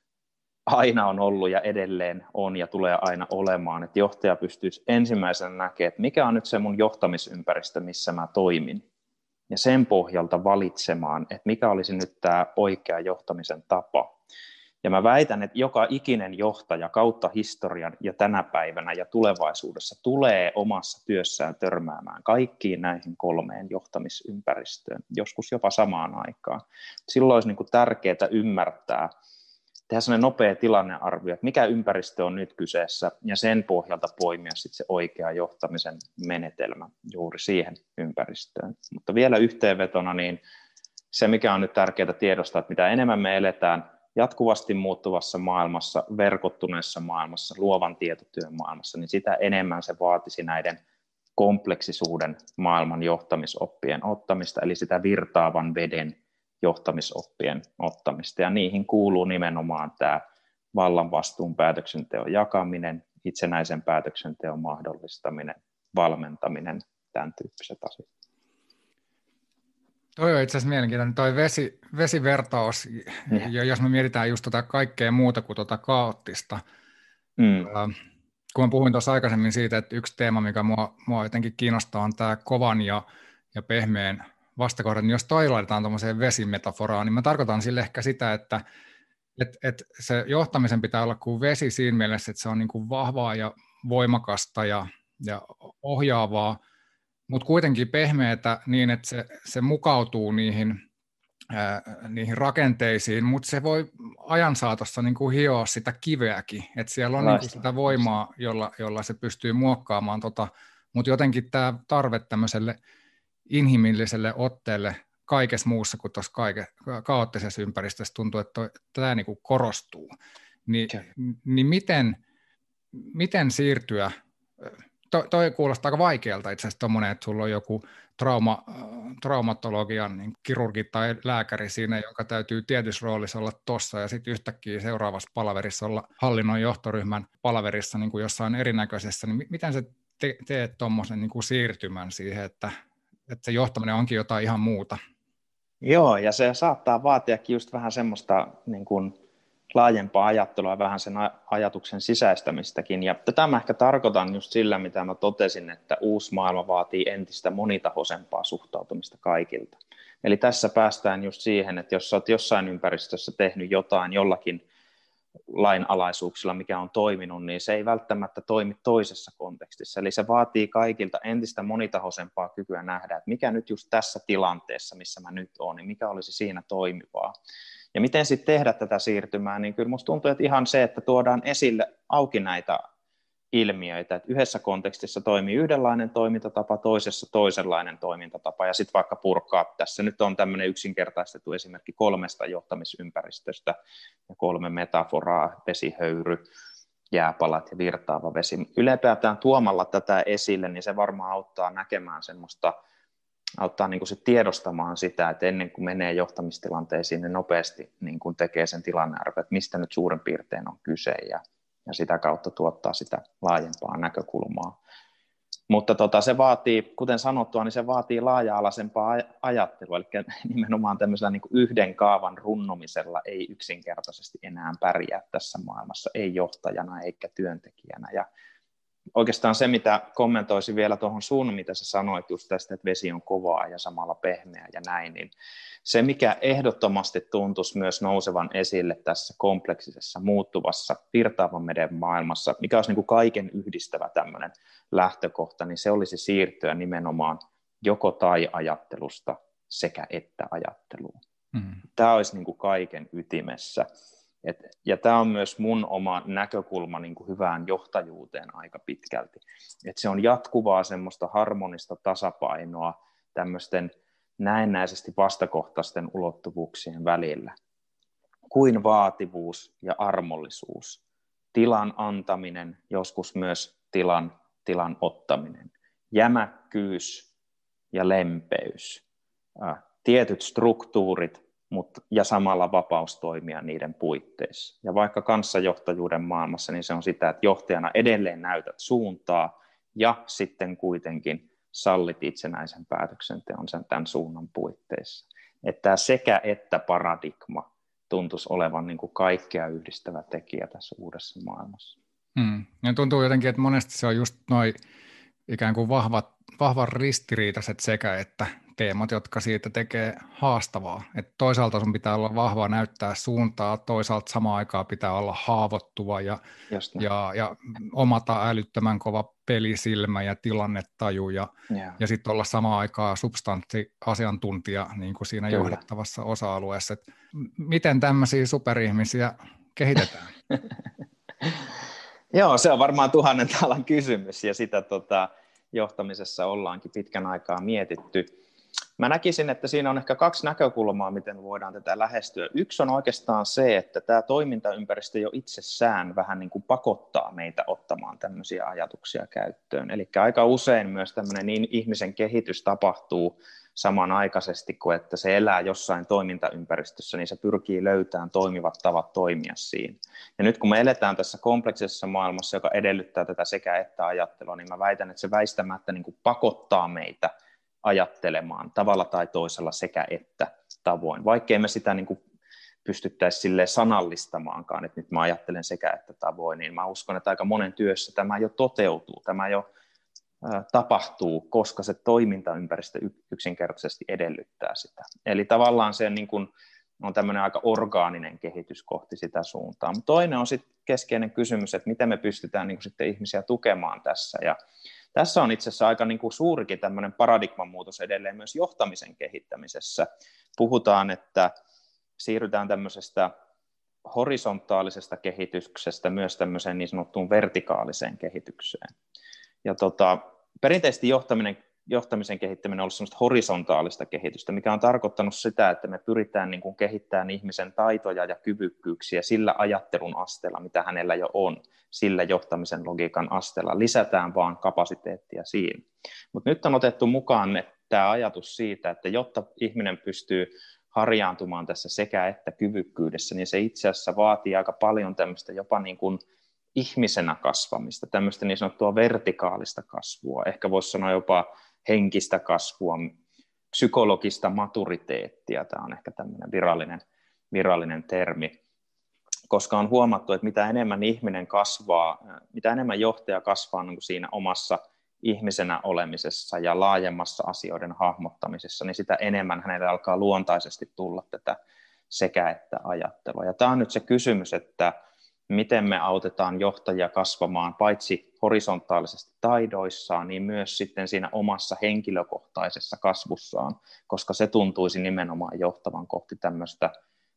aina on ollut ja edelleen on ja tulee aina olemaan, että johtaja pystyisi ensimmäisenä näkemään, että mikä on nyt se mun johtamisympäristö, missä mä toimin, ja sen pohjalta valitsemaan, että mikä olisi nyt tämä oikea johtamisen tapa. Ja mä väitän, että joka ikinen johtaja kautta historian ja tänä päivänä ja tulevaisuudessa tulee omassa työssään törmäämään kaikkiin näihin kolmeen johtamisympäristöön, joskus jopa samaan aikaan. Silloin olisi niin kuin tärkeää ymmärtää, tehdä sellainen nopea tilannearvio, että mikä ympäristö on nyt kyseessä, ja sen pohjalta poimia sitten se oikea johtamisen menetelmä juuri siihen ympäristöön. Mutta vielä yhteenvetona, niin se mikä on nyt tärkeää tiedostaa, että mitä enemmän me eletään jatkuvasti muuttuvassa maailmassa, verkottuneessa maailmassa, luovan tietotyön maailmassa, niin sitä enemmän se vaatisi näiden kompleksisuuden maailman johtamisoppien ottamista, eli sitä virtaavan veden johtamisoppien ottamista, ja niihin kuuluu nimenomaan tämä vallan vastuun päätöksenteon jakaminen, itsenäisen päätöksenteon mahdollistaminen, valmentaminen, tämän tyyppiset asiat. Toi on itse asiassa mielenkiintoinen, toi vesi, vesivertaus, ja jos me mietitään just tota kaikkea muuta kuin tota kaoottista. Mm. Kun mä puhuin tuossa aikaisemmin siitä, että yksi teema, mikä mua, mua jotenkin kiinnostaa, on tämä kovan ja, ja pehmeän vastakohdat, niin jos toi laitetaan tuommoiseen vesimetaforaan, niin mä tarkoitan sille ehkä sitä, että et, et se johtamisen pitää olla kuin vesi siinä mielessä, että se on niin kuin vahvaa ja voimakasta ja, ja ohjaavaa, mutta kuitenkin pehmeätä niin, että se, se mukautuu niihin, ää, niihin rakenteisiin, mutta se voi ajan saatossa niin kuin hioa sitä kiveäkin, että siellä on niin kuin sitä voimaa, jolla, jolla se pystyy muokkaamaan, tota, mutta jotenkin tämä tarve tämmöiselle inhimilliselle otteelle kaikessa muussa kuin tuossa kaoottisessa ympäristössä tuntuu, että toi, tämä niin kuin korostuu. Ni, niin miten, miten siirtyä, to, toi kuulostaa aika vaikealta itse asiassa tommoinen, että sulla on joku trauma, traumatologian niin kirurgi tai lääkäri siinä, jonka täytyy tietyssä roolissa olla tuossa, ja sitten yhtäkkiä seuraavassa palaverissa olla hallinnon johtoryhmän palaverissa niin kuin jossain erinäköisessä, niin miten sä te, teet tuommoisen niin kuin siirtymän siihen, että että se johtaminen onkin jotain ihan muuta. Joo, ja se saattaa vaatiakin just vähän semmoista niin kuin laajempaa ajattelua, vähän sen ajatuksen sisäistämistäkin. Ja tätä mä ehkä tarkoitan just sillä, mitä mä totesin, että uusi maailma vaatii entistä monitahoisempaa suhtautumista kaikilta. Eli tässä päästään just siihen, että jos sä oot jossain ympäristössä tehnyt jotain jollakin lainalaisuuksilla, mikä on toiminut, niin se ei välttämättä toimi toisessa kontekstissa. Eli se vaatii kaikilta entistä monitahoisempaa kykyä nähdä, että mikä nyt just tässä tilanteessa, missä mä nyt olen, niin mikä olisi siinä toimivaa. Ja miten sitten tehdä tätä siirtymää, niin kyllä musta tuntuu, että ihan se, että tuodaan esille auki näitä ilmiöitä, että yhdessä kontekstissa toimii yhdenlainen toimintatapa, toisessa toisenlainen toimintatapa, ja sitten vaikka purkaa, tässä nyt on tämmöinen yksinkertaistettu esimerkki kolmesta johtamisympäristöstä, ja kolme metaforaa, vesihöyry, jääpalat ja virtaava vesi. Ylipäätään tuomalla tätä esille, niin se varmaan auttaa näkemään semmoista, auttaa niin kuin se tiedostamaan sitä, että ennen kuin menee johtamistilanteisiin, niin nopeasti niin kuin tekee sen tilannearvio, että mistä nyt suurin piirtein on kyse, ja, ja sitä kautta tuottaa sitä laajempaa näkökulmaa. Mutta tota, se vaatii, kuten sanottua, niin se vaatii laaja-alaisempaa ajattelua, eli nimenomaan tämmöisellä niin kuin yhden kaavan runnomisella ei yksinkertaisesti enää pärjää tässä maailmassa, ei johtajana eikä työntekijänä. Ja oikeastaan se, mitä kommentoisin vielä tuohon sun, mitä sä sanoit just tästä, että vesi on kovaa ja samalla pehmeä ja näin, niin se, mikä ehdottomasti tuntuisi myös nousevan esille tässä kompleksisessa, muuttuvassa, virtaavan veden maailmassa, mikä olisi niin kuin kaiken yhdistävä tämmöinen lähtökohta, niin se olisi siirtyä nimenomaan joko tai ajattelusta sekä että ajatteluun. Mm. Tämä olisi niin kuin kaiken ytimessä. Et, ja tämä on myös mun oma näkökulma niin kuin hyvään johtajuuteen aika pitkälti. Et se on jatkuvaa semmoista harmonista tasapainoa tämmöisten näennäisesti vastakohtaisten ulottuvuuksien välillä, kuin vaativuus ja armollisuus, tilan antaminen, joskus myös tilan, tilan ottaminen, jämäkkyys ja lempeys, äh, tietyt struktuurit, mutta, ja samalla vapaus toimia niiden puitteissa. Ja vaikka kanssajohtajuuden maailmassa, niin se on sitä, että johtajana edelleen näytät suuntaa ja sitten kuitenkin sallit itsenäisen päätöksenteon sen tämän suunnan puitteissa. Että tämä sekä että paradigma tuntuisi olevan niin kuin kaikkea yhdistävä tekijä tässä uudessa maailmassa. Hmm. Ja tuntuu jotenkin, että monesti se on just noin ikään kuin vahvat, vahvan ristiriitaiset sekä että teemat, jotka siitä tekee haastavaa. Että toisaalta sun pitää olla vahva näyttää suuntaa, toisaalta samaan aikaan pitää olla haavoittuva ja, ja, ja omata älyttömän kova pelisilmä ja tilannetaju ja, yeah. ja sitten olla samaan aikaan substanssiasiantuntija niin kuin siinä Kyllä. johdettavassa osa-alueessa. Et miten tämmöisiä superihmisiä kehitetään? Joo, se on varmaan tuhannen talan kysymys ja sitä tota, johtamisessa ollaankin pitkän aikaa mietitty. Mä näkisin, että siinä on ehkä kaksi näkökulmaa, miten voidaan tätä lähestyä. Yksi on oikeastaan se, että tämä toimintaympäristö jo itsessään vähän niin kuin pakottaa meitä ottamaan tämmöisiä ajatuksia käyttöön. Eli aika usein myös tämmöinen ihmisen kehitys tapahtuu samanaikaisesti, kun että se elää jossain toimintaympäristössä, niin se pyrkii löytämään toimivat tavat toimia siinä. Ja nyt kun me eletään tässä kompleksisessa maailmassa, joka edellyttää tätä sekä että ajattelua, niin mä väitän, että se väistämättä niin kuin pakottaa meitä ajattelemaan tavalla tai toisella sekä että tavoin, vaikkei me sitä niin kuin pystyttäisiin silleen sanallistamaankaan, että nyt mä ajattelen sekä että tavoin, niin mä uskon, että aika monen työssä tämä jo toteutuu, tämä jo ä, tapahtuu, koska se toimintaympäristö yksinkertaisesti edellyttää sitä. Eli tavallaan se niin kuin on tämmöinen aika orgaaninen kehitys kohti sitä suuntaa. Mutta toinen on sitten keskeinen kysymys, että miten me pystytään niin kuin sitten ihmisiä tukemaan tässä, ja tässä on itse asiassa aika niin kuin suurikin tämmöinen paradigman muutos edelleen myös johtamisen kehittämisessä. Puhutaan, että siirrytään tämmöisestä horisontaalisesta kehityksestä myös tämmöiseen niin sanottuun vertikaaliseen kehitykseen. Ja tota, perinteisesti johtaminen, johtamisen kehittäminen on ollut semmoista horisontaalista kehitystä, mikä on tarkoittanut sitä, että me pyritään niin kuin kehittämään ihmisen taitoja ja kyvykkyyksiä sillä ajattelun asteella, mitä hänellä jo on, sillä johtamisen logiikan asteella. Lisätään vaan kapasiteettia siinä. Mutta nyt on otettu mukaan tämä ajatus siitä, että jotta ihminen pystyy harjaantumaan tässä sekä että kyvykkyydessä, niin se itse asiassa vaatii aika paljon tämmöistä jopa niin kuin ihmisenä kasvamista, tämmöistä niin sanottua vertikaalista kasvua, ehkä voisi sanoa jopa henkistä kasvua, psykologista maturiteettia, tämä on ehkä tämmöinen virallinen, virallinen termi, koska on huomattu, että mitä enemmän ihminen kasvaa, mitä enemmän johtaja kasvaa niin kuin siinä omassa ihmisenä olemisessa ja laajemmassa asioiden hahmottamisessa, niin sitä enemmän hänelle alkaa luontaisesti tulla tätä sekä että ajattelua. Ja tämä on nyt se kysymys, että miten me autetaan johtajia kasvamaan paitsi horisontaalisesti taidoissaan, niin myös sitten siinä omassa henkilökohtaisessa kasvussaan, koska se tuntuisi nimenomaan johtavan kohti tämmöistä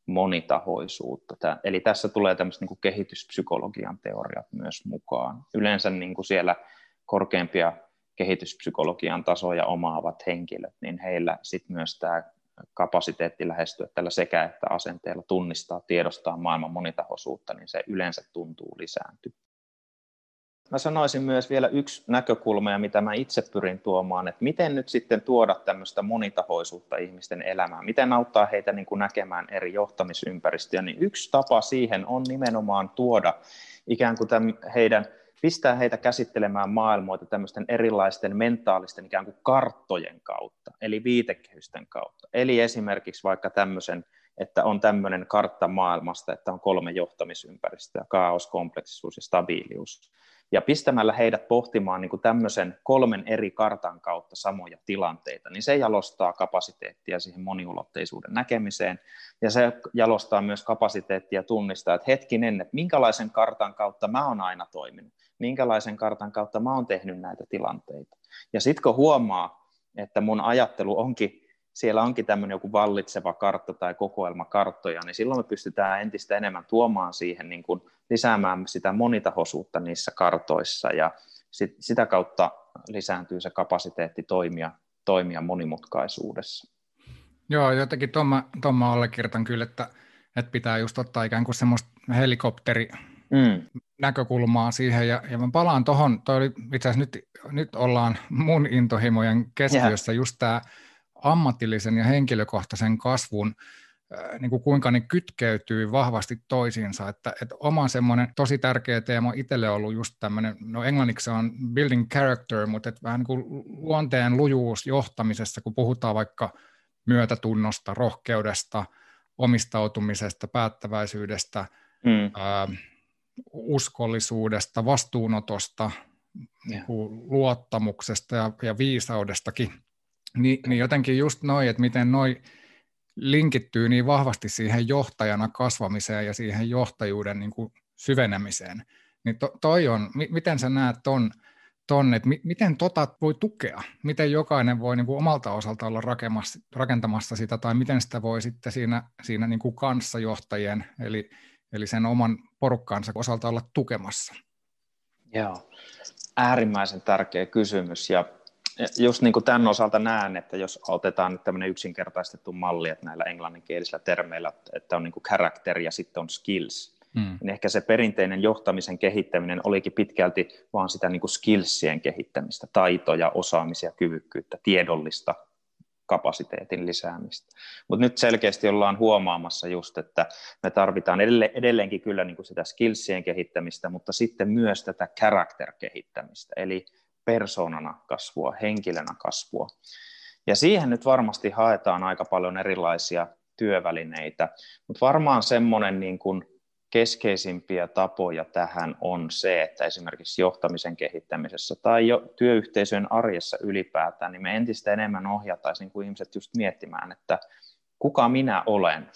monitahoisuutta. Tää, eli tässä tulee tämmöiset niin kuin kehityspsykologian teoriat myös mukaan. Yleensä niin kuin siellä korkeampia kehityspsykologian tasoja omaavat henkilöt, niin heillä sitten myös tämä kapasiteetti lähestyä tällä sekä että asenteella tunnistaa, tiedostaa maailman monitahoisuutta, niin se yleensä tuntuu lisääntyä. Mä sanoisin myös vielä yksi näkökulma, ja mitä mä itse pyrin tuomaan, että miten nyt sitten tuoda tämmöistä monitahoisuutta ihmisten elämään, miten auttaa heitä niin kuin näkemään eri johtamisympäristöjä, niin yksi tapa siihen on nimenomaan tuoda ikään kuin tämän heidän, pistää heitä käsittelemään maailmoita tämmöisten erilaisten mentaalisten ikään kuin karttojen kautta, eli viitekehysten kautta. Eli esimerkiksi vaikka tämmöisen, että on tämmöinen kartta maailmasta, että on kolme johtamisympäristöä, kaos, kompleksisuus ja stabiilius. Ja pistämällä heidät pohtimaan niin kuin tämmöisen kolmen eri kartan kautta samoja tilanteita, niin se jalostaa kapasiteettia siihen moniulotteisuuden näkemiseen, ja se jalostaa myös kapasiteettia tunnistaa, että hetkinen, että minkälaisen kartan kautta mä oon aina toiminut, minkälaisen kartan kautta mä oon tehnyt näitä tilanteita. Ja sitten kun huomaa, että mun ajattelu onkin, siellä onkin tämmöinen joku vallitseva kartta tai kokoelma karttoja, niin silloin me pystytään entistä enemmän tuomaan siihen, niin kuin lisäämään sitä monitahoisuutta niissä kartoissa, ja sit, sitä kautta lisääntyy se kapasiteetti toimia, toimia monimutkaisuudessa. Joo, jotenkin tuon mä, tuon mä allekirjoitan kyllä, että, että pitää just ottaa ikään kuin semmoista helikopteri mm. näkökulmaa siihen, ja, ja mä palaan tuohon, toi oli itse asiassa nyt, nyt ollaan mun intohimojen keskiössä, yeah. just tämä ammatillisen ja henkilökohtaisen kasvun, niin kuin kuinka ne kytkeytyy vahvasti toisiinsa, että, että oma semmoinen tosi tärkeä teema itselle on ollut just tämmöinen, no englanniksi se on building character, mutta että vähän niin kuin luonteen lujuus johtamisessa, kun puhutaan vaikka myötätunnosta, rohkeudesta, omistautumisesta, päättäväisyydestä, mm. ää, uskollisuudesta, vastuunotosta, yeah. luottamuksesta ja, ja viisaudestakin, Ni, niin jotenkin just noi, että miten noi linkittyy niin vahvasti siihen johtajana kasvamiseen ja siihen johtajuuden niin kuin syvenemiseen. Niin to, toi on, mi, miten sä näet ton, ton että mi, miten tota voi tukea? Miten jokainen voi niin kuin omalta osalta olla rakentamassa sitä, tai miten sitä voi sitten siinä, siinä niin kuin kanssajohtajien, eli, eli sen oman porukkaansa osalta olla tukemassa? Joo, äärimmäisen tärkeä kysymys, ja just niin kuin tämän osalta näen, että jos otetaan nyt tämmöinen yksinkertaistettu malli, että näillä englanninkielisillä termeillä, että on niin kuin character ja sitten on skills, mm. niin ehkä se perinteinen johtamisen kehittäminen olikin pitkälti vaan sitä niin kuin skillsien kehittämistä, taitoja, osaamisia, kyvykkyyttä, tiedollista kapasiteetin lisäämistä. Mutta nyt selkeästi ollaan huomaamassa just, että me tarvitaan edelleen, edelleenkin kyllä niin kuin sitä skillsien kehittämistä, mutta sitten myös tätä character-kehittämistä, eli persoonana kasvua, henkilönä kasvua. Ja siihen nyt varmasti haetaan aika paljon erilaisia työvälineitä, mutta varmaan semmoinen niin kuin keskeisimpiä tapoja tähän on se, että esimerkiksi johtamisen kehittämisessä tai jo työyhteisöjen arjessa ylipäätään, niin me entistä enemmän ohjattaisiin niin kuin ihmiset just miettimään, että kuka minä olen,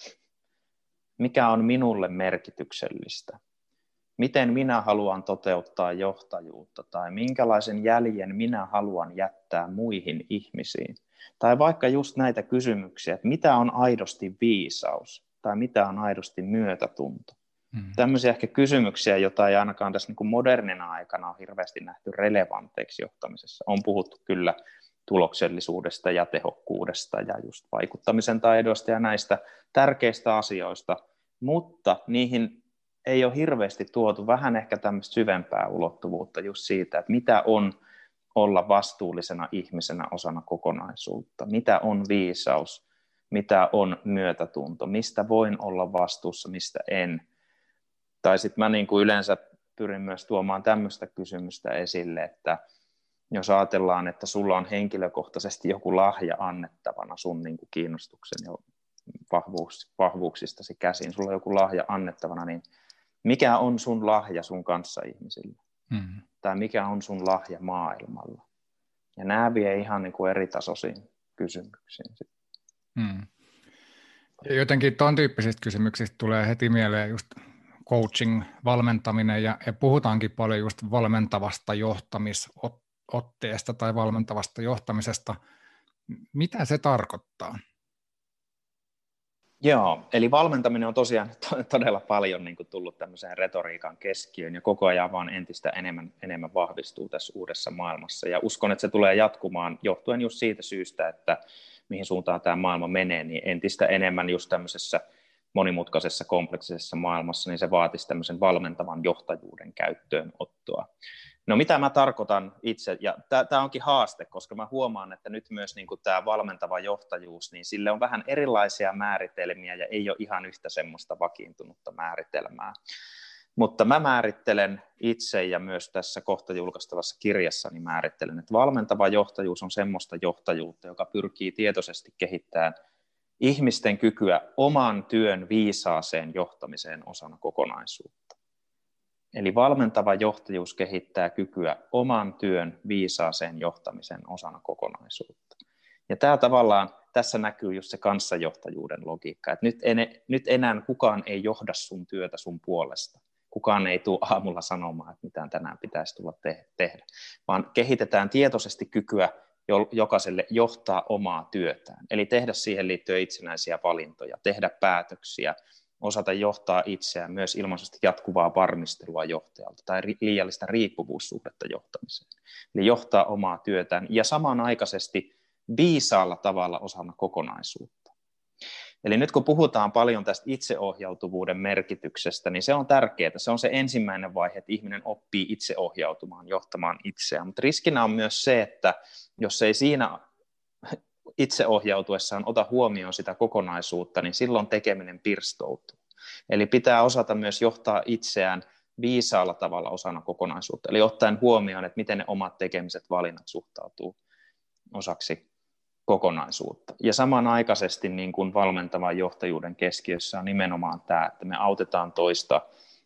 mikä on minulle merkityksellistä, miten minä haluan toteuttaa johtajuutta tai minkälaisen jäljen minä haluan jättää muihin ihmisiin. Tai vaikka just näitä kysymyksiä, että mitä on aidosti viisaus tai mitä on aidosti myötätunto. Hmm. Tämmöisiä ehkä kysymyksiä, joita ei ainakaan tässä niin kuin modernina aikana ole hirveästi nähty relevanteiksi johtamisessa. On puhuttu kyllä tuloksellisuudesta ja tehokkuudesta ja just vaikuttamisen taidoista ja näistä tärkeistä asioista, mutta niihin ei ole hirveästi tuotu vähän ehkä tämmöistä syvempää ulottuvuutta just siitä, että mitä on olla vastuullisena ihmisenä osana kokonaisuutta, mitä on viisaus, mitä on myötätunto, mistä voin olla vastuussa, mistä en. Tai sitten mä niin kuin yleensä pyrin myös tuomaan tämmöistä kysymystä esille, että jos ajatellaan, että sulla on henkilökohtaisesti joku lahja annettavana sun niin kuin kiinnostuksen ja vahvuus, vahvuuksistasi käsin, sulla on joku lahja annettavana, niin mikä on sun lahja sun kanssa ihmisille? Mm. Tai mikä on sun lahja maailmalla? Ja nämä vie ihan niin kuin eri tasoisiin kysymyksiin. Mm. Jotenkin tuon tyyppisistä kysymyksistä tulee heti mieleen just coaching, valmentaminen, ja, ja puhutaankin paljon just valmentavasta johtamisotteesta tai valmentavasta johtamisesta. Mitä se tarkoittaa? Joo, eli valmentaminen on tosiaan to- todella paljon niin kuin tullut tämmöiseen retoriikan keskiöön ja koko ajan vaan entistä enemmän, enemmän vahvistuu tässä uudessa maailmassa. Ja uskon, että se tulee jatkumaan johtuen just siitä syystä, että mihin suuntaan tämä maailma menee, niin entistä enemmän just tämmöisessä monimutkaisessa, kompleksisessa maailmassa, niin se vaatisi tämmöisen valmentavan johtajuuden käyttöönottoa. No mitä mä tarkoitan itse, ja tämä onkin haaste, koska mä huomaan, että nyt myös niin tämä valmentava johtajuus, niin sille on vähän erilaisia määritelmiä ja ei ole ihan yhtä semmoista vakiintunutta määritelmää. Mutta mä määrittelen itse ja myös tässä kohta julkaistavassa kirjassani määrittelen, että valmentava johtajuus on semmoista johtajuutta, joka pyrkii tietoisesti kehittämään ihmisten kykyä oman työn viisaaseen johtamiseen osana kokonaisuutta. Eli valmentava johtajuus kehittää kykyä oman työn viisaaseen johtamisen osana kokonaisuutta. Ja tämä tavallaan, tässä näkyy just se kanssajohtajuuden logiikka, että nyt, en, nyt enää kukaan ei johda sun työtä sun puolesta. Kukaan ei tule aamulla sanomaan, että mitään tänään pitäisi tulla te- tehdä, vaan kehitetään tietoisesti kykyä jokaiselle johtaa omaa työtään. Eli tehdä siihen liittyen itsenäisiä valintoja, tehdä päätöksiä, osata johtaa itseään myös ilman jatkuvaa varmistelua johtajalta tai liiallista riippuvuussuhdetta johtamiseen. Eli johtaa omaa työtään ja samanaikaisesti viisaalla tavalla osana kokonaisuutta. Eli nyt kun puhutaan paljon tästä itseohjautuvuuden merkityksestä, niin se on tärkeää. Se on se ensimmäinen vaihe, että ihminen oppii itseohjautumaan, johtamaan itseään. Mutta riskinä on myös se, että jos ei siinä itseohjautuessaan ota huomioon sitä kokonaisuutta, niin silloin tekeminen pirstoutuu. Eli pitää osata myös johtaa itseään viisaalla tavalla osana kokonaisuutta. Eli ottaen huomioon, että miten ne omat tekemiset valinnat suhtautuu osaksi kokonaisuutta. Ja samanaikaisesti niin kuin valmentavan johtajuuden keskiössä on nimenomaan tämä, että me autetaan toista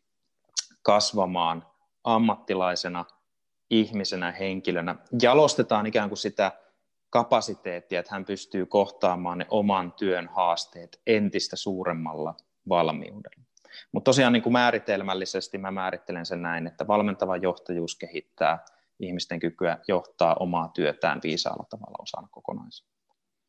kasvamaan ammattilaisena, ihmisenä, henkilönä. Jalostetaan ikään kuin sitä kapasiteettia, että hän pystyy kohtaamaan ne oman työn haasteet entistä suuremmalla valmiudella. Mutta tosiaan niin kuin määritelmällisesti mä määrittelen sen näin, että valmentava johtajuus kehittää ihmisten kykyä johtaa omaa työtään viisaalla tavalla osana kokonaisuutta.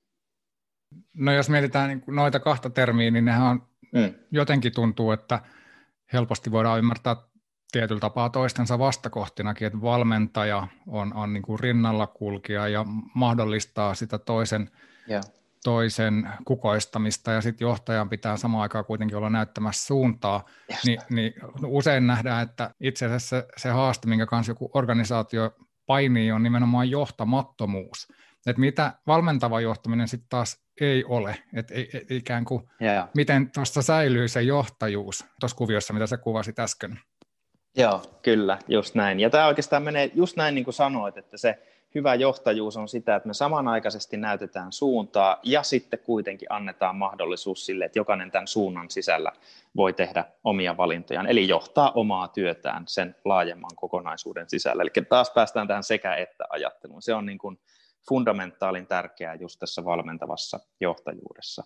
No jos mietitään niin noita kahta termiä, niin nehän on, mm. jotenkin tuntuu, että helposti voidaan ymmärtää tietyllä tapaa toistensa vastakohtinakin, että valmentaja on, on niin kuin rinnalla kulkija ja mahdollistaa sitä toisen, yeah. toisen kukoistamista ja sitten johtajan pitää samaan aikaan kuitenkin olla näyttämässä suuntaa, Ni, niin usein nähdään, että itse asiassa se, se haaste, minkä kanssa joku organisaatio painii, on nimenomaan johtamattomuus. Että mitä valmentava johtaminen sitten taas ei ole, että ikään kuin yeah. miten tuossa säilyy se johtajuus tuossa kuviossa, mitä sä kuvasit äsken. Joo, kyllä, just näin. Ja tämä oikeastaan menee just näin niin kuin sanoit, että se hyvä johtajuus on sitä, että me samanaikaisesti näytetään suuntaa ja sitten kuitenkin annetaan mahdollisuus sille, että jokainen tämän suunnan sisällä voi tehdä omia valintojaan, eli johtaa omaa työtään sen laajemman kokonaisuuden sisällä. Eli taas päästään tähän sekä-että-ajatteluun. Se on niin kuin fundamentaalin tärkeää just tässä valmentavassa johtajuudessa.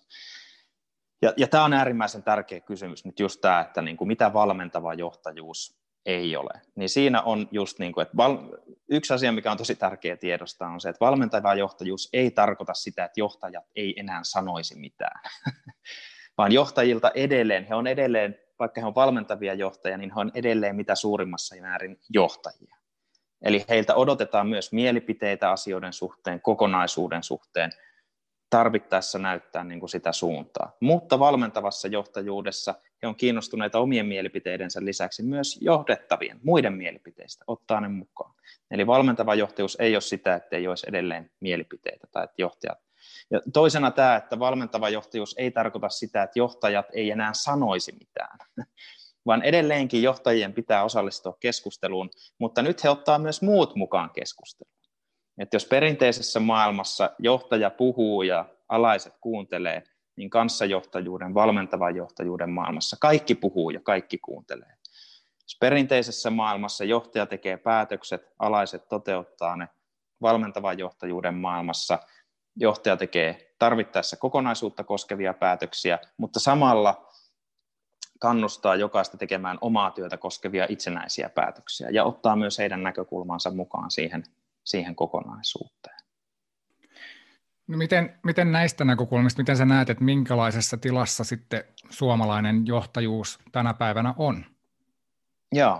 Ja, ja tämä on äärimmäisen tärkeä kysymys nyt just tämä, että niin kuin mitä valmentava johtajuus ei ole. Niin siinä on just niin kuin, että val... yksi asia, mikä on tosi tärkeä tiedostaa, on se, että valmentava johtajuus ei tarkoita sitä, että johtajat ei enää sanoisi mitään, vaan johtajilta edelleen, he on edelleen, vaikka he on valmentavia johtajia, niin he on edelleen mitä suurimmassa määrin johtajia. Eli heiltä odotetaan myös mielipiteitä asioiden suhteen, kokonaisuuden suhteen, tarvittaessa näyttää niin kuin sitä suuntaa. Mutta valmentavassa johtajuudessa he on kiinnostuneita omien mielipiteidensä lisäksi myös johdettavien muiden mielipiteistä, ottaa ne mukaan. Eli valmentava johtajuus ei ole sitä, että ei olisi edelleen mielipiteitä tai että johtajat. Ja toisena tämä, että valmentava johtajuus ei tarkoita sitä, että johtajat ei enää sanoisi mitään, vaan edelleenkin johtajien pitää osallistua keskusteluun, mutta nyt he ottaa myös muut mukaan keskusteluun. Että jos perinteisessä maailmassa johtaja puhuu ja alaiset kuuntelee, niin kanssajohtajuuden, valmentavan johtajuuden maailmassa kaikki puhuu ja kaikki kuuntelee. Jos perinteisessä maailmassa johtaja tekee päätökset, alaiset toteuttaa ne, valmentavan johtajuuden maailmassa johtaja tekee tarvittaessa kokonaisuutta koskevia päätöksiä, mutta samalla kannustaa jokaista tekemään omaa työtä koskevia itsenäisiä päätöksiä ja ottaa myös heidän näkökulmansa mukaan siihen siihen kokonaisuuteen. No miten, miten näistä näkökulmista, miten sä näet, että minkälaisessa tilassa sitten suomalainen johtajuus tänä päivänä on? Joo,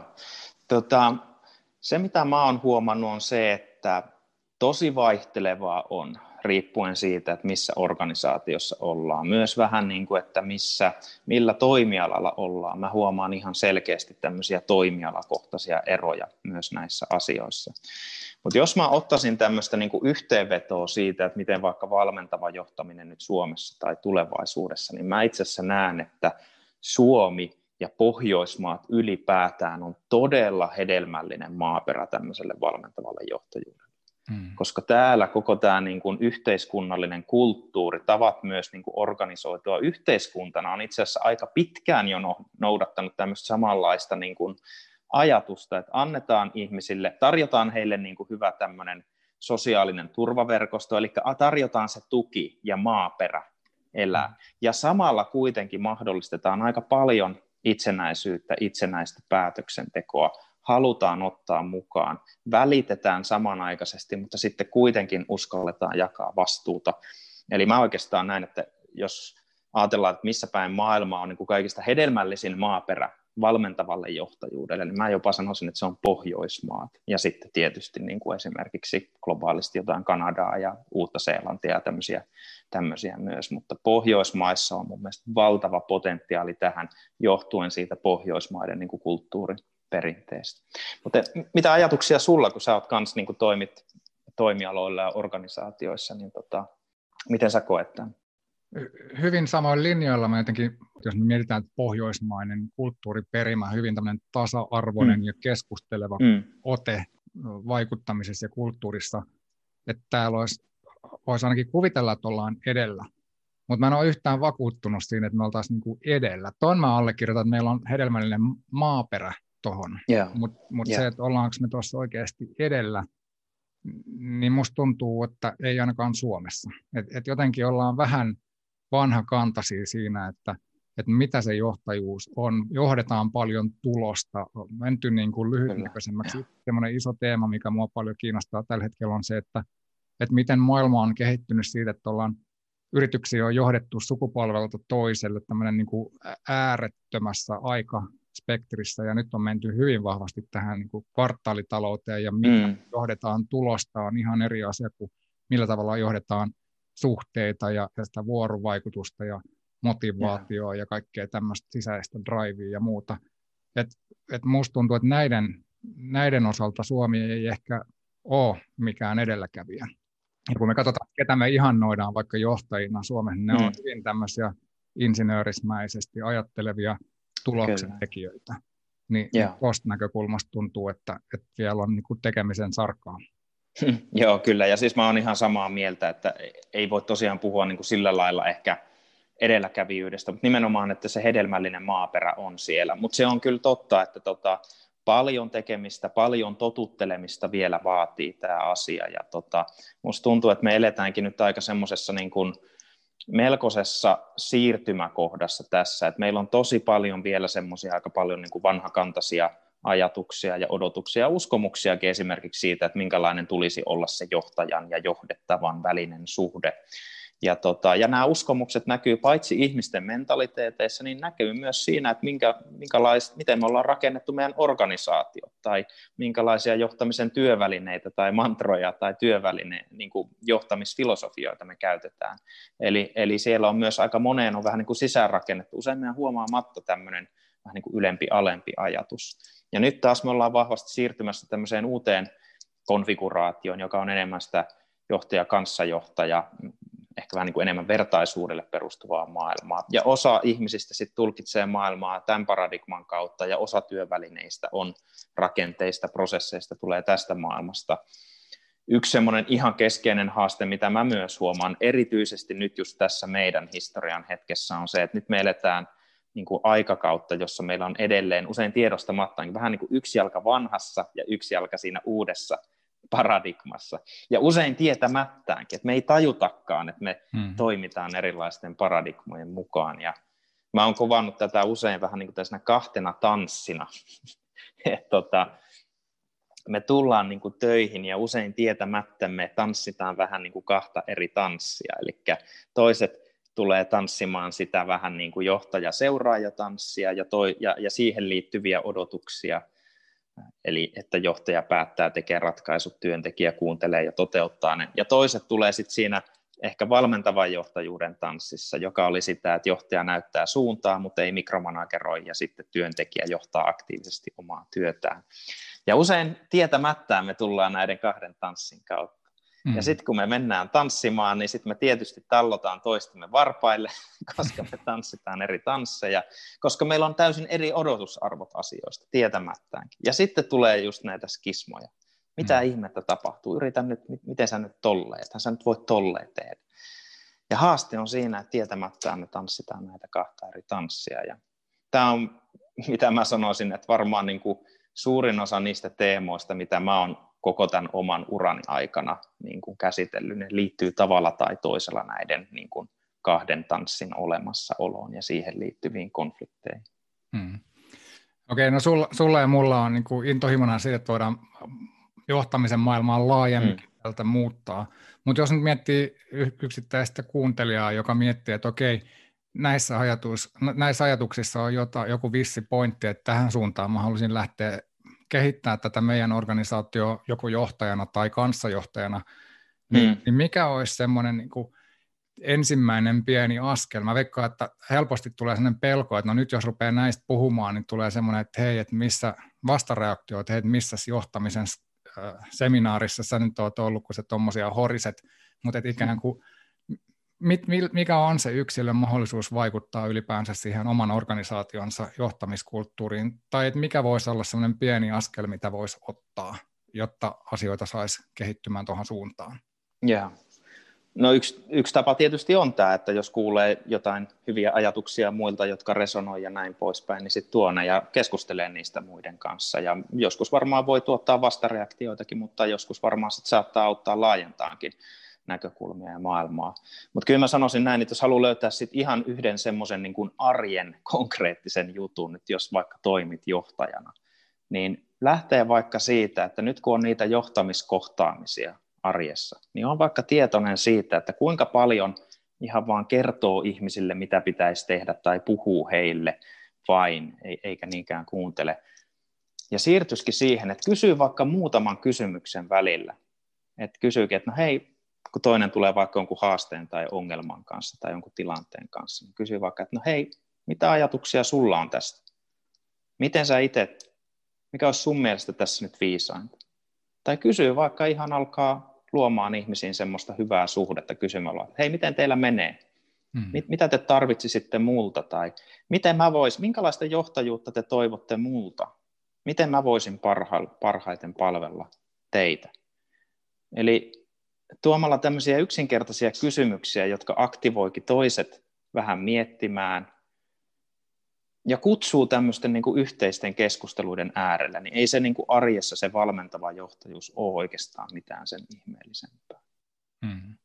tota, se mitä mä oon huomannut on se, että tosi vaihtelevaa on riippuen siitä, että missä organisaatiossa ollaan. Myös vähän niin kuin, että missä, millä toimialalla ollaan. Mä huomaan ihan selkeästi tämmöisiä toimialakohtaisia eroja myös näissä asioissa. Mutta jos mä ottaisin tämmöistä niin kuin yhteenvetoa siitä, että miten vaikka valmentava johtaminen nyt Suomessa tai tulevaisuudessa, niin mä itse asiassa näen, että Suomi ja Pohjoismaat ylipäätään on todella hedelmällinen maaperä tämmöiselle valmentavalle johtajuudelle. Hmm. Koska täällä koko tämä niin kuin yhteiskunnallinen kulttuuri, tavat myös niin kuin organisoitua yhteiskuntana on itse asiassa aika pitkään jo noudattanut tämmöistä samanlaista niin kuin ajatusta, että annetaan ihmisille, tarjotaan heille niin kuin hyvä tämmöinen sosiaalinen turvaverkosto, eli tarjotaan se tuki ja maaperä elää. Ja samalla kuitenkin mahdollistetaan aika paljon itsenäisyyttä, itsenäistä päätöksentekoa, halutaan ottaa mukaan, välitetään samanaikaisesti, mutta sitten kuitenkin uskalletaan jakaa vastuuta. Eli mä oikeastaan näen, että jos ajatellaan, että missä päin maailma on niin kuin kaikista hedelmällisin maaperä valmentavalle johtajuudelle, niin mä jopa sanoisin, että se on Pohjoismaat. Ja sitten tietysti niin kuin esimerkiksi globaalisti jotain Kanadaa ja Uutta-Seelantia ja tämmöisiä, tämmöisiä myös. Mutta Pohjoismaissa on mun mielestä valtava potentiaali tähän johtuen siitä Pohjoismaiden niin kuin kulttuuriperinteestä. Mutta mitä ajatuksia sulla, kun sä oot kanssa niin kuin toimit toimialoilla ja organisaatioissa, niin tota, miten sä koet tämän? Hyvin samoin linjoilla. Mä jotenkin, jos me mietitään, että pohjoismainen kulttuuriperimä, hyvin tämmöinen tasa-arvoinen mm. ja keskusteleva mm. ote vaikuttamisessa ja kulttuurissa, että täällä olisi, olisi ainakin kuvitella, että ollaan edellä. Mutta mä en ole yhtään vakuuttunut siinä, että me oltaisiin niinku edellä. Tuon mä allekirjoitan, että meillä on hedelmällinen maaperä tuohon. Yeah. Mutta mut yeah. se, että ollaanko me tuossa oikeasti edellä, niin musta tuntuu, että ei ainakaan Suomessa. Et, et jotenkin ollaan vähän vanhakantaisia siinä, että, että mitä se johtajuus on. Johdetaan paljon tulosta, on menty niin kuin lyhytnäköisemmäksi. Sellainen iso teema, mikä mua paljon kiinnostaa tällä hetkellä on se, että, että miten maailma on kehittynyt siitä, että ollaan yrityksiä on johdettu sukupolvelta toiselle tämmöinen niin kuin äärettömässä aikaspektrissä, ja nyt on menty hyvin vahvasti tähän niin kuin kvartaalitalouteen, ja millä mm. johdetaan tulosta on ihan eri asia kuin millä tavalla johdetaan suhteita ja, ja sitä vuorovaikutusta ja motivaatioa yeah. ja kaikkea tämmöistä sisäistä drivea ja muuta. Et, et musta tuntuu, että näiden, näiden osalta Suomi ei ehkä ole mikään edelläkävijä. Ja kun me katsotaan, ketä me ihannoidaan vaikka johtajina Suomessa, niin ne mm. on hyvin tämmöisiä insinöörismäisesti ajattelevia tuloksentekijöitä. Niin yeah. tuosta näkökulmasta tuntuu, että, että vielä on niin kuin tekemisen sarkaa. Joo, kyllä. Ja siis mä oon ihan samaa mieltä, että ei voi tosiaan puhua niin kuin sillä lailla ehkä edelläkävijyydestä, mutta nimenomaan, että se hedelmällinen maaperä on siellä. Mutta se on kyllä totta, että tota, paljon tekemistä, paljon totuttelemista vielä vaatii tämä asia. Ja tota, musta tuntuu, että me eletäänkin nyt aika semmoisessa niin kuin melkoisessa siirtymäkohdassa tässä, että meillä on tosi paljon vielä semmoisia aika paljon niin kuin vanhakantaisia ajatuksia ja odotuksia ja uskomuksiakin esimerkiksi siitä, että minkälainen tulisi olla se johtajan ja johdettavan välinen suhde. Ja, tota, ja nämä uskomukset näkyy paitsi ihmisten mentaliteeteissa, niin näkyy myös siinä, että minkä, miten me ollaan rakennettu meidän organisaatio tai minkälaisia johtamisen työvälineitä tai mantroja tai työväline, niin kuin johtamisfilosofioita me käytetään. Eli, eli siellä on myös aika moneen on vähän niin kuin sisäänrakennettu, usein meidän huomaamatta tämmöinen vähän niin kuin ylempi-alempi ajatus. Ja nyt taas me ollaan vahvasti siirtymässä tämmöiseen uuteen konfiguraatioon, joka on enemmän sitä johtaja-kanssajohtaja, ehkä vähän niin kuin enemmän vertaisuudelle perustuvaa maailmaa. Ja osa ihmisistä sitten tulkitsee maailmaa tämän paradigman kautta, ja osa työvälineistä on rakenteista, prosesseista, tulee tästä maailmasta. Yksi semmoinen ihan keskeinen haaste, mitä mä myös huomaan, erityisesti nyt just tässä meidän historian hetkessä, on se, että nyt me eletään niin kuin aikakautta, jossa meillä on edelleen usein tiedostamatta niin vähän niin kuin yksi jalka vanhassa ja yksi jalka siinä uudessa paradigmassa. Ja usein tietämättäänkin, että me ei tajutakaan, että me hmm. toimitaan erilaisten paradigmojen mukaan. Ja mä oon kuvannut tätä usein vähän niin kuin tässä kahtena tanssina. Et tota, me tullaan niin kuin töihin ja usein tietämättä me tanssitaan vähän niin kuin kahta eri tanssia, eli toiset tulee tanssimaan sitä vähän niin kuin johtaja-seuraaja-tanssia ja, toi, ja, ja siihen liittyviä odotuksia, eli että johtaja päättää, tekee ratkaisut, työntekijä kuuntelee ja toteuttaa ne, ja toiset tulee sitten siinä ehkä valmentavan johtajuuden tanssissa, joka oli sitä, että johtaja näyttää suuntaa, mutta ei mikromanageroi, ja sitten työntekijä johtaa aktiivisesti omaa työtään. Ja usein tietämättään me tullaan näiden kahden tanssin kautta. Mm. Ja sitten kun me mennään tanssimaan, niin sitten me tietysti tallotaan toistemme varpaille, koska me tanssitaan eri tansseja, koska meillä on täysin eri odotusarvot asioista, tietämättäänkin. Ja sitten tulee just näitä skismoja. Mitä mm. ihmettä tapahtuu? Yritän nyt, miten sä nyt tolleen, että sä nyt voit tolleen tehdä. Ja haaste on siinä, että tietämättään me tanssitaan näitä kahta eri tanssia. Ja tämä on, mitä mä sanoisin, että varmaan niin kuin suurin osa niistä teemoista, mitä mä oon koko tämän oman urani aikana niin kuin käsitellyt, ne liittyy tavalla tai toisella näiden niin kuin kahden tanssin olemassaoloon ja siihen liittyviin konflikteihin. Hmm. Okei, no sulla, sulla ja mulla on niin kuin intohimona siitä, että voidaan johtamisen maailmaa laajemmin hmm. tältä muuttaa. Mutta jos nyt miettii yksittäistä kuuntelijaa, joka miettii, että okei, näissä, ajatus, näissä ajatuksissa on jota, joku vissi pointti, että tähän suuntaan mä haluaisin lähteä kehittämään tätä meidän organisaatio joko johtajana tai kanssajohtajana, niin, hmm. niin mikä olisi semmoinen niin kuin ensimmäinen pieni askel? Mä veikkaan, että helposti tulee sellainen pelko, että no nyt jos rupeaa näistä puhumaan, niin tulee semmoinen, että hei, että missä vastareaktio, että hei, että missä johtamisen äh, seminaarissa sä nyt oot ollut, kun se tommosia horiset, mutta että ikään kuin mit, mikä on se yksilön mahdollisuus vaikuttaa ylipäänsä siihen oman organisaationsa johtamiskulttuuriin, tai että mikä voisi olla semmoinen pieni askel, mitä voisi ottaa, jotta asioita saisi kehittymään tuohon suuntaan? Yeah. No yksi, yksi tapa tietysti on tämä, että jos kuulee jotain hyviä ajatuksia muilta, jotka resonoi ja näin poispäin, niin sitten tuo ne ja keskustelee niistä muiden kanssa. Ja joskus varmaan voi tuottaa vastareaktioitakin, mutta joskus varmaan sit saattaa auttaa laajentaankin näkökulmia ja maailmaa. Mutta kyllä mä sanoisin näin, että jos haluaa löytää sit ihan yhden semmoisen niin kuin arjen konkreettisen jutun, nyt jos vaikka toimit johtajana, niin lähtee vaikka siitä, että nyt kun on niitä johtamiskohtaamisia arjessa, niin on vaikka tietoinen siitä, että kuinka paljon ihan vaan kertoo ihmisille, mitä pitäisi tehdä tai puhuu heille vain, eikä niinkään kuuntele. Ja siirtyisikin siihen, että kysyy vaikka muutaman kysymyksen välillä. Että kysyykin, että no hei, kun toinen tulee vaikka jonkun haasteen tai ongelman kanssa tai jonkun tilanteen kanssa, niin kysyy vaikka, että no hei, mitä ajatuksia sulla on tästä? Miten sä itse, mikä olisi sun mielestä tässä nyt viisainta? Tai kysyy vaikka ihan alkaa luomaan ihmisiin semmoista hyvää suhdetta kysymällä, että hei, miten teillä menee? Hmm. Mit, mitä te tarvitsisitte multa? Tai miten mä vois, minkälaista johtajuutta te toivotte multa? Miten mä voisin parha, parhaiten palvella teitä? Eli tuomalla tämmöisiä yksinkertaisia kysymyksiä, jotka aktivoikin toiset vähän miettimään ja kutsuu tämmöisten niin kuin yhteisten keskusteluiden äärellä, niin ei se niin kuin arjessa se valmentava johtajuus ole oikeastaan mitään sen ihmeellisempää. Hmm.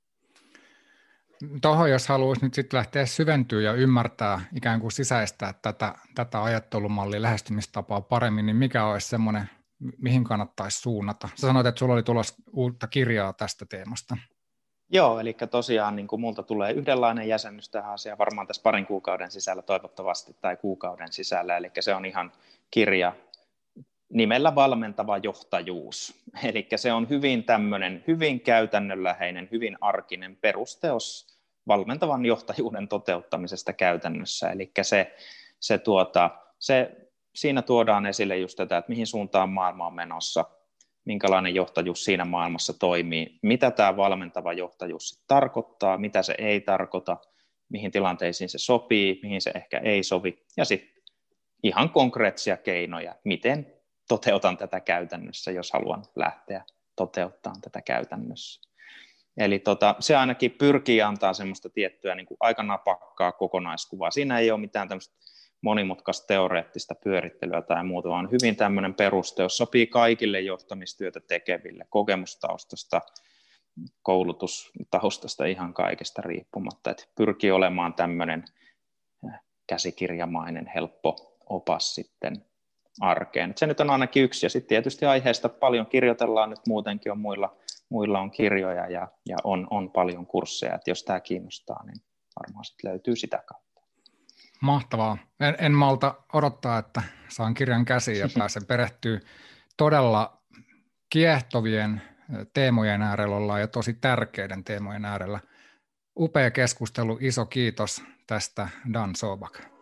Tuohon, jos haluaisi nyt sitten lähteä syventyä ja ymmärtää, ikään kuin sisäistää tätä, tätä ajattelumallia, lähestymistapaa paremmin, niin mikä olisi semmoinen, mihin kannattaisi suunnata? Sä sanoit, että sulla oli tulossa uutta kirjaa tästä teemasta. Joo, eli tosiaan niin kuin multa tulee yhdenlainen jäsennys tähän asiaan varmaan tässä parin kuukauden sisällä toivottavasti tai kuukauden sisällä, eli se on ihan kirja nimellä valmentava johtajuus. Eli se on hyvin tämmöinen, hyvin käytännönläheinen, hyvin arkinen perusteos valmentavan johtajuuden toteuttamisesta käytännössä. Eli se, se, tuota, se, siinä tuodaan esille just tätä, että mihin suuntaan maailma on menossa, minkälainen johtajuus siinä maailmassa toimii, mitä tämä valmentava johtajuus tarkoittaa, mitä se ei tarkoita, mihin tilanteisiin se sopii, mihin se ehkä ei sovi, ja sitten ihan konkreettisia keinoja, miten toteutan tätä käytännössä, jos haluan lähteä toteuttamaan tätä käytännössä. Eli tota, se ainakin pyrkii antaa semmoista tiettyä niin kuin aika napakkaa kokonaiskuvaa. Siinä ei ole mitään tämmöistä monimutkaista teoreettista pyörittelyä tai muuta, vaan hyvin tämmöinen peruste, jos sopii kaikille johtamistyötä tekeville, kokemustaustasta, koulutustaustasta, ihan kaikesta riippumatta, että pyrkii olemaan tämmöinen käsikirjamainen, helppo opas sitten arkeen. Et se nyt on ainakin yksi, ja sitten tietysti aiheesta paljon kirjoitellaan nyt muutenkin, on muilla, muilla on kirjoja ja, ja on, on paljon kursseja, että jos tämä kiinnostaa, niin varmaan sitten löytyy sitä kautta. Mahtavaa. En, en malta odottaa, että saan kirjan käsiin ja pääsen perehtyä todella kiehtovien teemojen äärellä ollaan ja tosi tärkeiden teemojen äärellä. Upea keskustelu, iso kiitos tästä Dan Sobak.